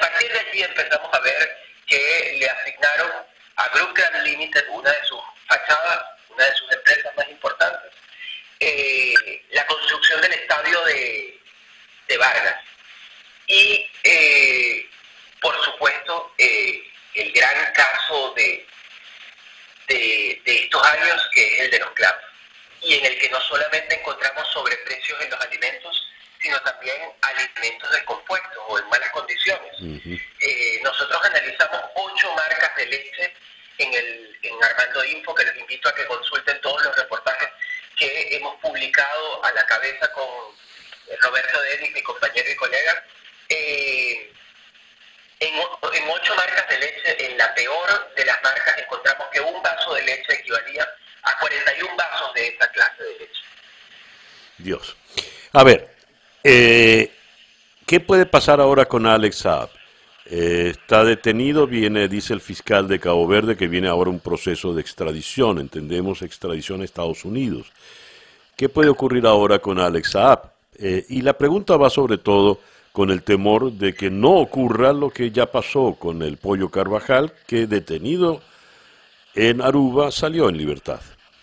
K: allí empezamos a ver que le asignaron a Group Grand Limited, una de sus fachadas, una de sus empresas más importantes, eh, la construcción del estadio de, de Vargas. Y, eh, por supuesto, eh, el gran caso de, de, de estos años, que es el de los clavos, y en el que no solamente encontramos sobreprecios en los alimentos, sino también alimentos descompuestos o en malas condiciones. Uh-huh. Eh, nosotros analizamos ocho marcas de leche en, el, en Armando Info, que les invito a que consulten todos los reportajes que hemos publicado a la cabeza con Roberto Denis, mi compañero y colega. Eh, en, en ocho marcas de leche, en la peor de las marcas, encontramos que un vaso de leche equivalía a cuarenta y un vasos de esta clase de leche.
C: Dios. A ver, eh, ¿qué puede pasar ahora con Alex Saab? Eh, está detenido, viene, dice el fiscal de Cabo Verde, que viene ahora un proceso de extradición, entendemos extradición a Estados Unidos. ¿Qué puede ocurrir ahora con Alex Saab? Eh, y la pregunta va sobre todo con el temor de que no ocurra lo que ya pasó con el Pollo Carvajal, que detenido en Aruba salió en libertad.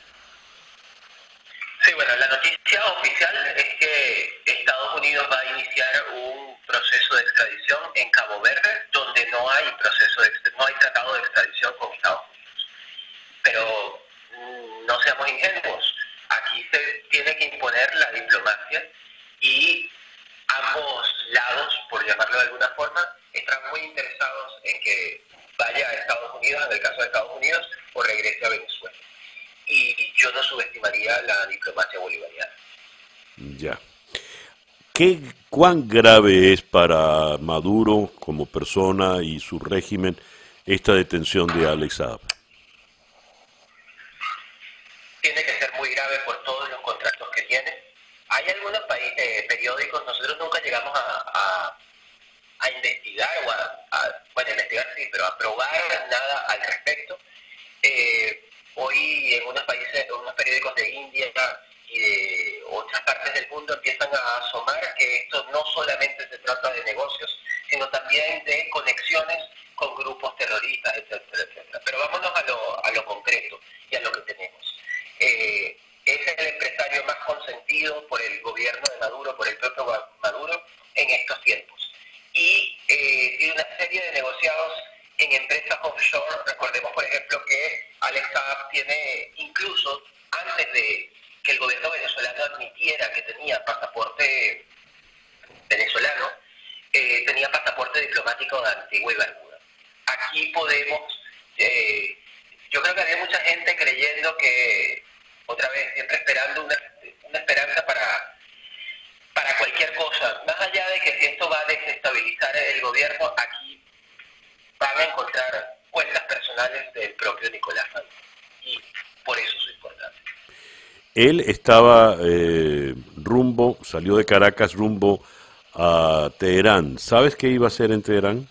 K: Sí, bueno, la noticia oficial es que Estados Unidos va a iniciar un proceso de extradición en Cabo Verde, donde no hay proceso de no hay tratado de extradición con Estados Unidos. Pero mmm, no seamos ingenuos, aquí se tiene que imponer la diplomacia y ambos lados, por llamarlo de alguna forma, están muy interesados en que vaya a Estados Unidos, en el caso de Estados Unidos, o regrese a Venezuela. Y yo no subestimaría la diplomacia bolivariana.
C: Ya. ¿Qué, ¿Cuán grave es para Maduro como persona y su régimen esta detención de Alex Saab?
K: Tiene que ser muy grave por todos los contratos que tiene. Hay algunos países, eh, periódicos, nosotros nunca llegamos a, a, a investigar, o a, a, bueno, investigar sí, pero a probar nada al respecto. Eh, hoy en unos países, unos periódicos de India y de otras partes del mundo empiezan a asomar que esto no solamente se trata de negocios, sino también de conexiones con grupos terroristas, etcétera, etcétera. Pero vámonos a lo, a lo concreto y a lo que tenemos. Eh, es el empresario más consentido por el gobierno de Maduro, por el propio Maduro, en estos tiempos. Y eh, tiene una serie de negociados en empresas offshore. Recordemos, por ejemplo, que Alex Saab tiene, incluso antes de que el gobierno venezolano admitiera que tenía pasaporte venezolano, eh, tenía pasaporte diplomático de Antigua y Barbuda. Aquí podemos, eh, yo creo que había mucha gente creyendo que, otra vez, siempre esperando una, una esperanza para, para cualquier cosa. Más allá de que si esto va a desestabilizar el gobierno, aquí van a encontrar cuentas personales del propio Nicolás Maduro. Y por eso es importante.
C: Él estaba eh, rumbo, salió de Caracas rumbo a Teherán. ¿Sabes qué iba a hacer en Teherán?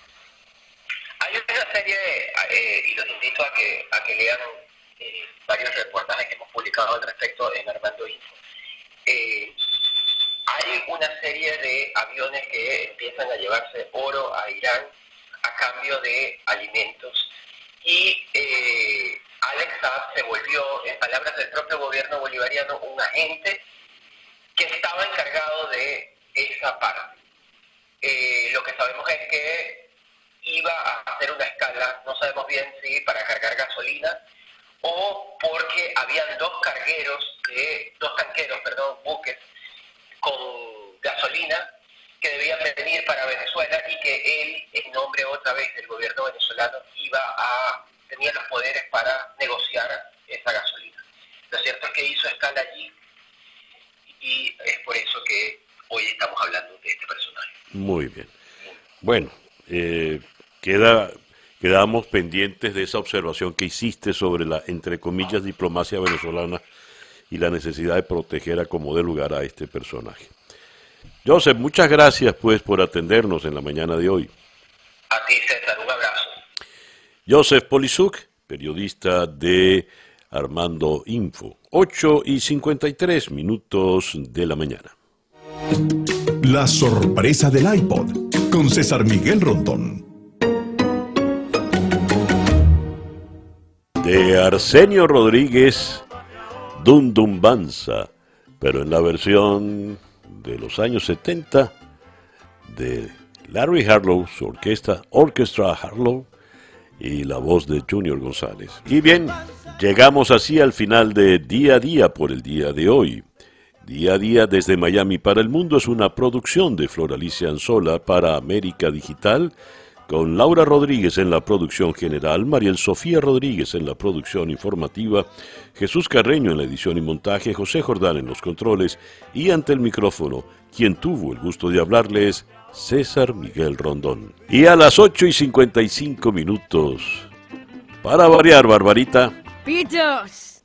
K: Hay una serie, eh, y los invito a que, a que lean eh, varios reportajes que hemos publicado al respecto en Armando Info. Eh, hay una serie de aviones que empiezan a llevarse oro a Irán a cambio de alimentos. Y eh, Alex Saab se volvió, en palabras del propio gobierno bolivariano, un agente que estaba encargado de esa parte. Eh, lo que sabemos es que iba a hacer una escala, no sabemos bien si para cargar gasolina o porque habían dos cargueros, de, dos tanqueros, perdón, buques con gasolina que debían venir para Venezuela y que él, en nombre otra vez del gobierno venezolano, iba a tenía los poderes para negociar esa gasolina. Lo cierto es que hizo escala allí y es por eso que hoy estamos hablando de este personaje.
C: Muy bien. Bueno, eh, queda, quedamos pendientes de esa observación que hiciste sobre la, entre comillas, diplomacia venezolana y la necesidad de proteger a como dé lugar a este personaje. Joseph, muchas gracias pues por atendernos en la mañana de hoy.
K: A ti, César, un abrazo.
C: Joseph Polizuk, periodista de Armando Info, ocho y cincuenta y tres minutos de la mañana.
B: La sorpresa del iPod. con César Miguel Rondón.
C: De Arsenio Rodríguez, Dum Dum Banza, pero en la versión de los años setenta de Larry Harlow, su orquesta Orchestra Harlow, y la voz de Junior González. Y bien, llegamos así al final de Día a Día por el día de hoy. Día a Día desde Miami para el Mundo es una producción de Flor Alicia Anzola para América Digital, con Laura Rodríguez en la producción general, Mariel Sofía Rodríguez en la producción informativa, Jesús Carreño en la edición y montaje, José Jordán en los controles y ante el micrófono, quien tuvo el gusto de hablarles, César Miguel Rondón. Y a las ocho y cincuenta y cinco minutos, para variar, Barbarita,
L: ¡Pitos!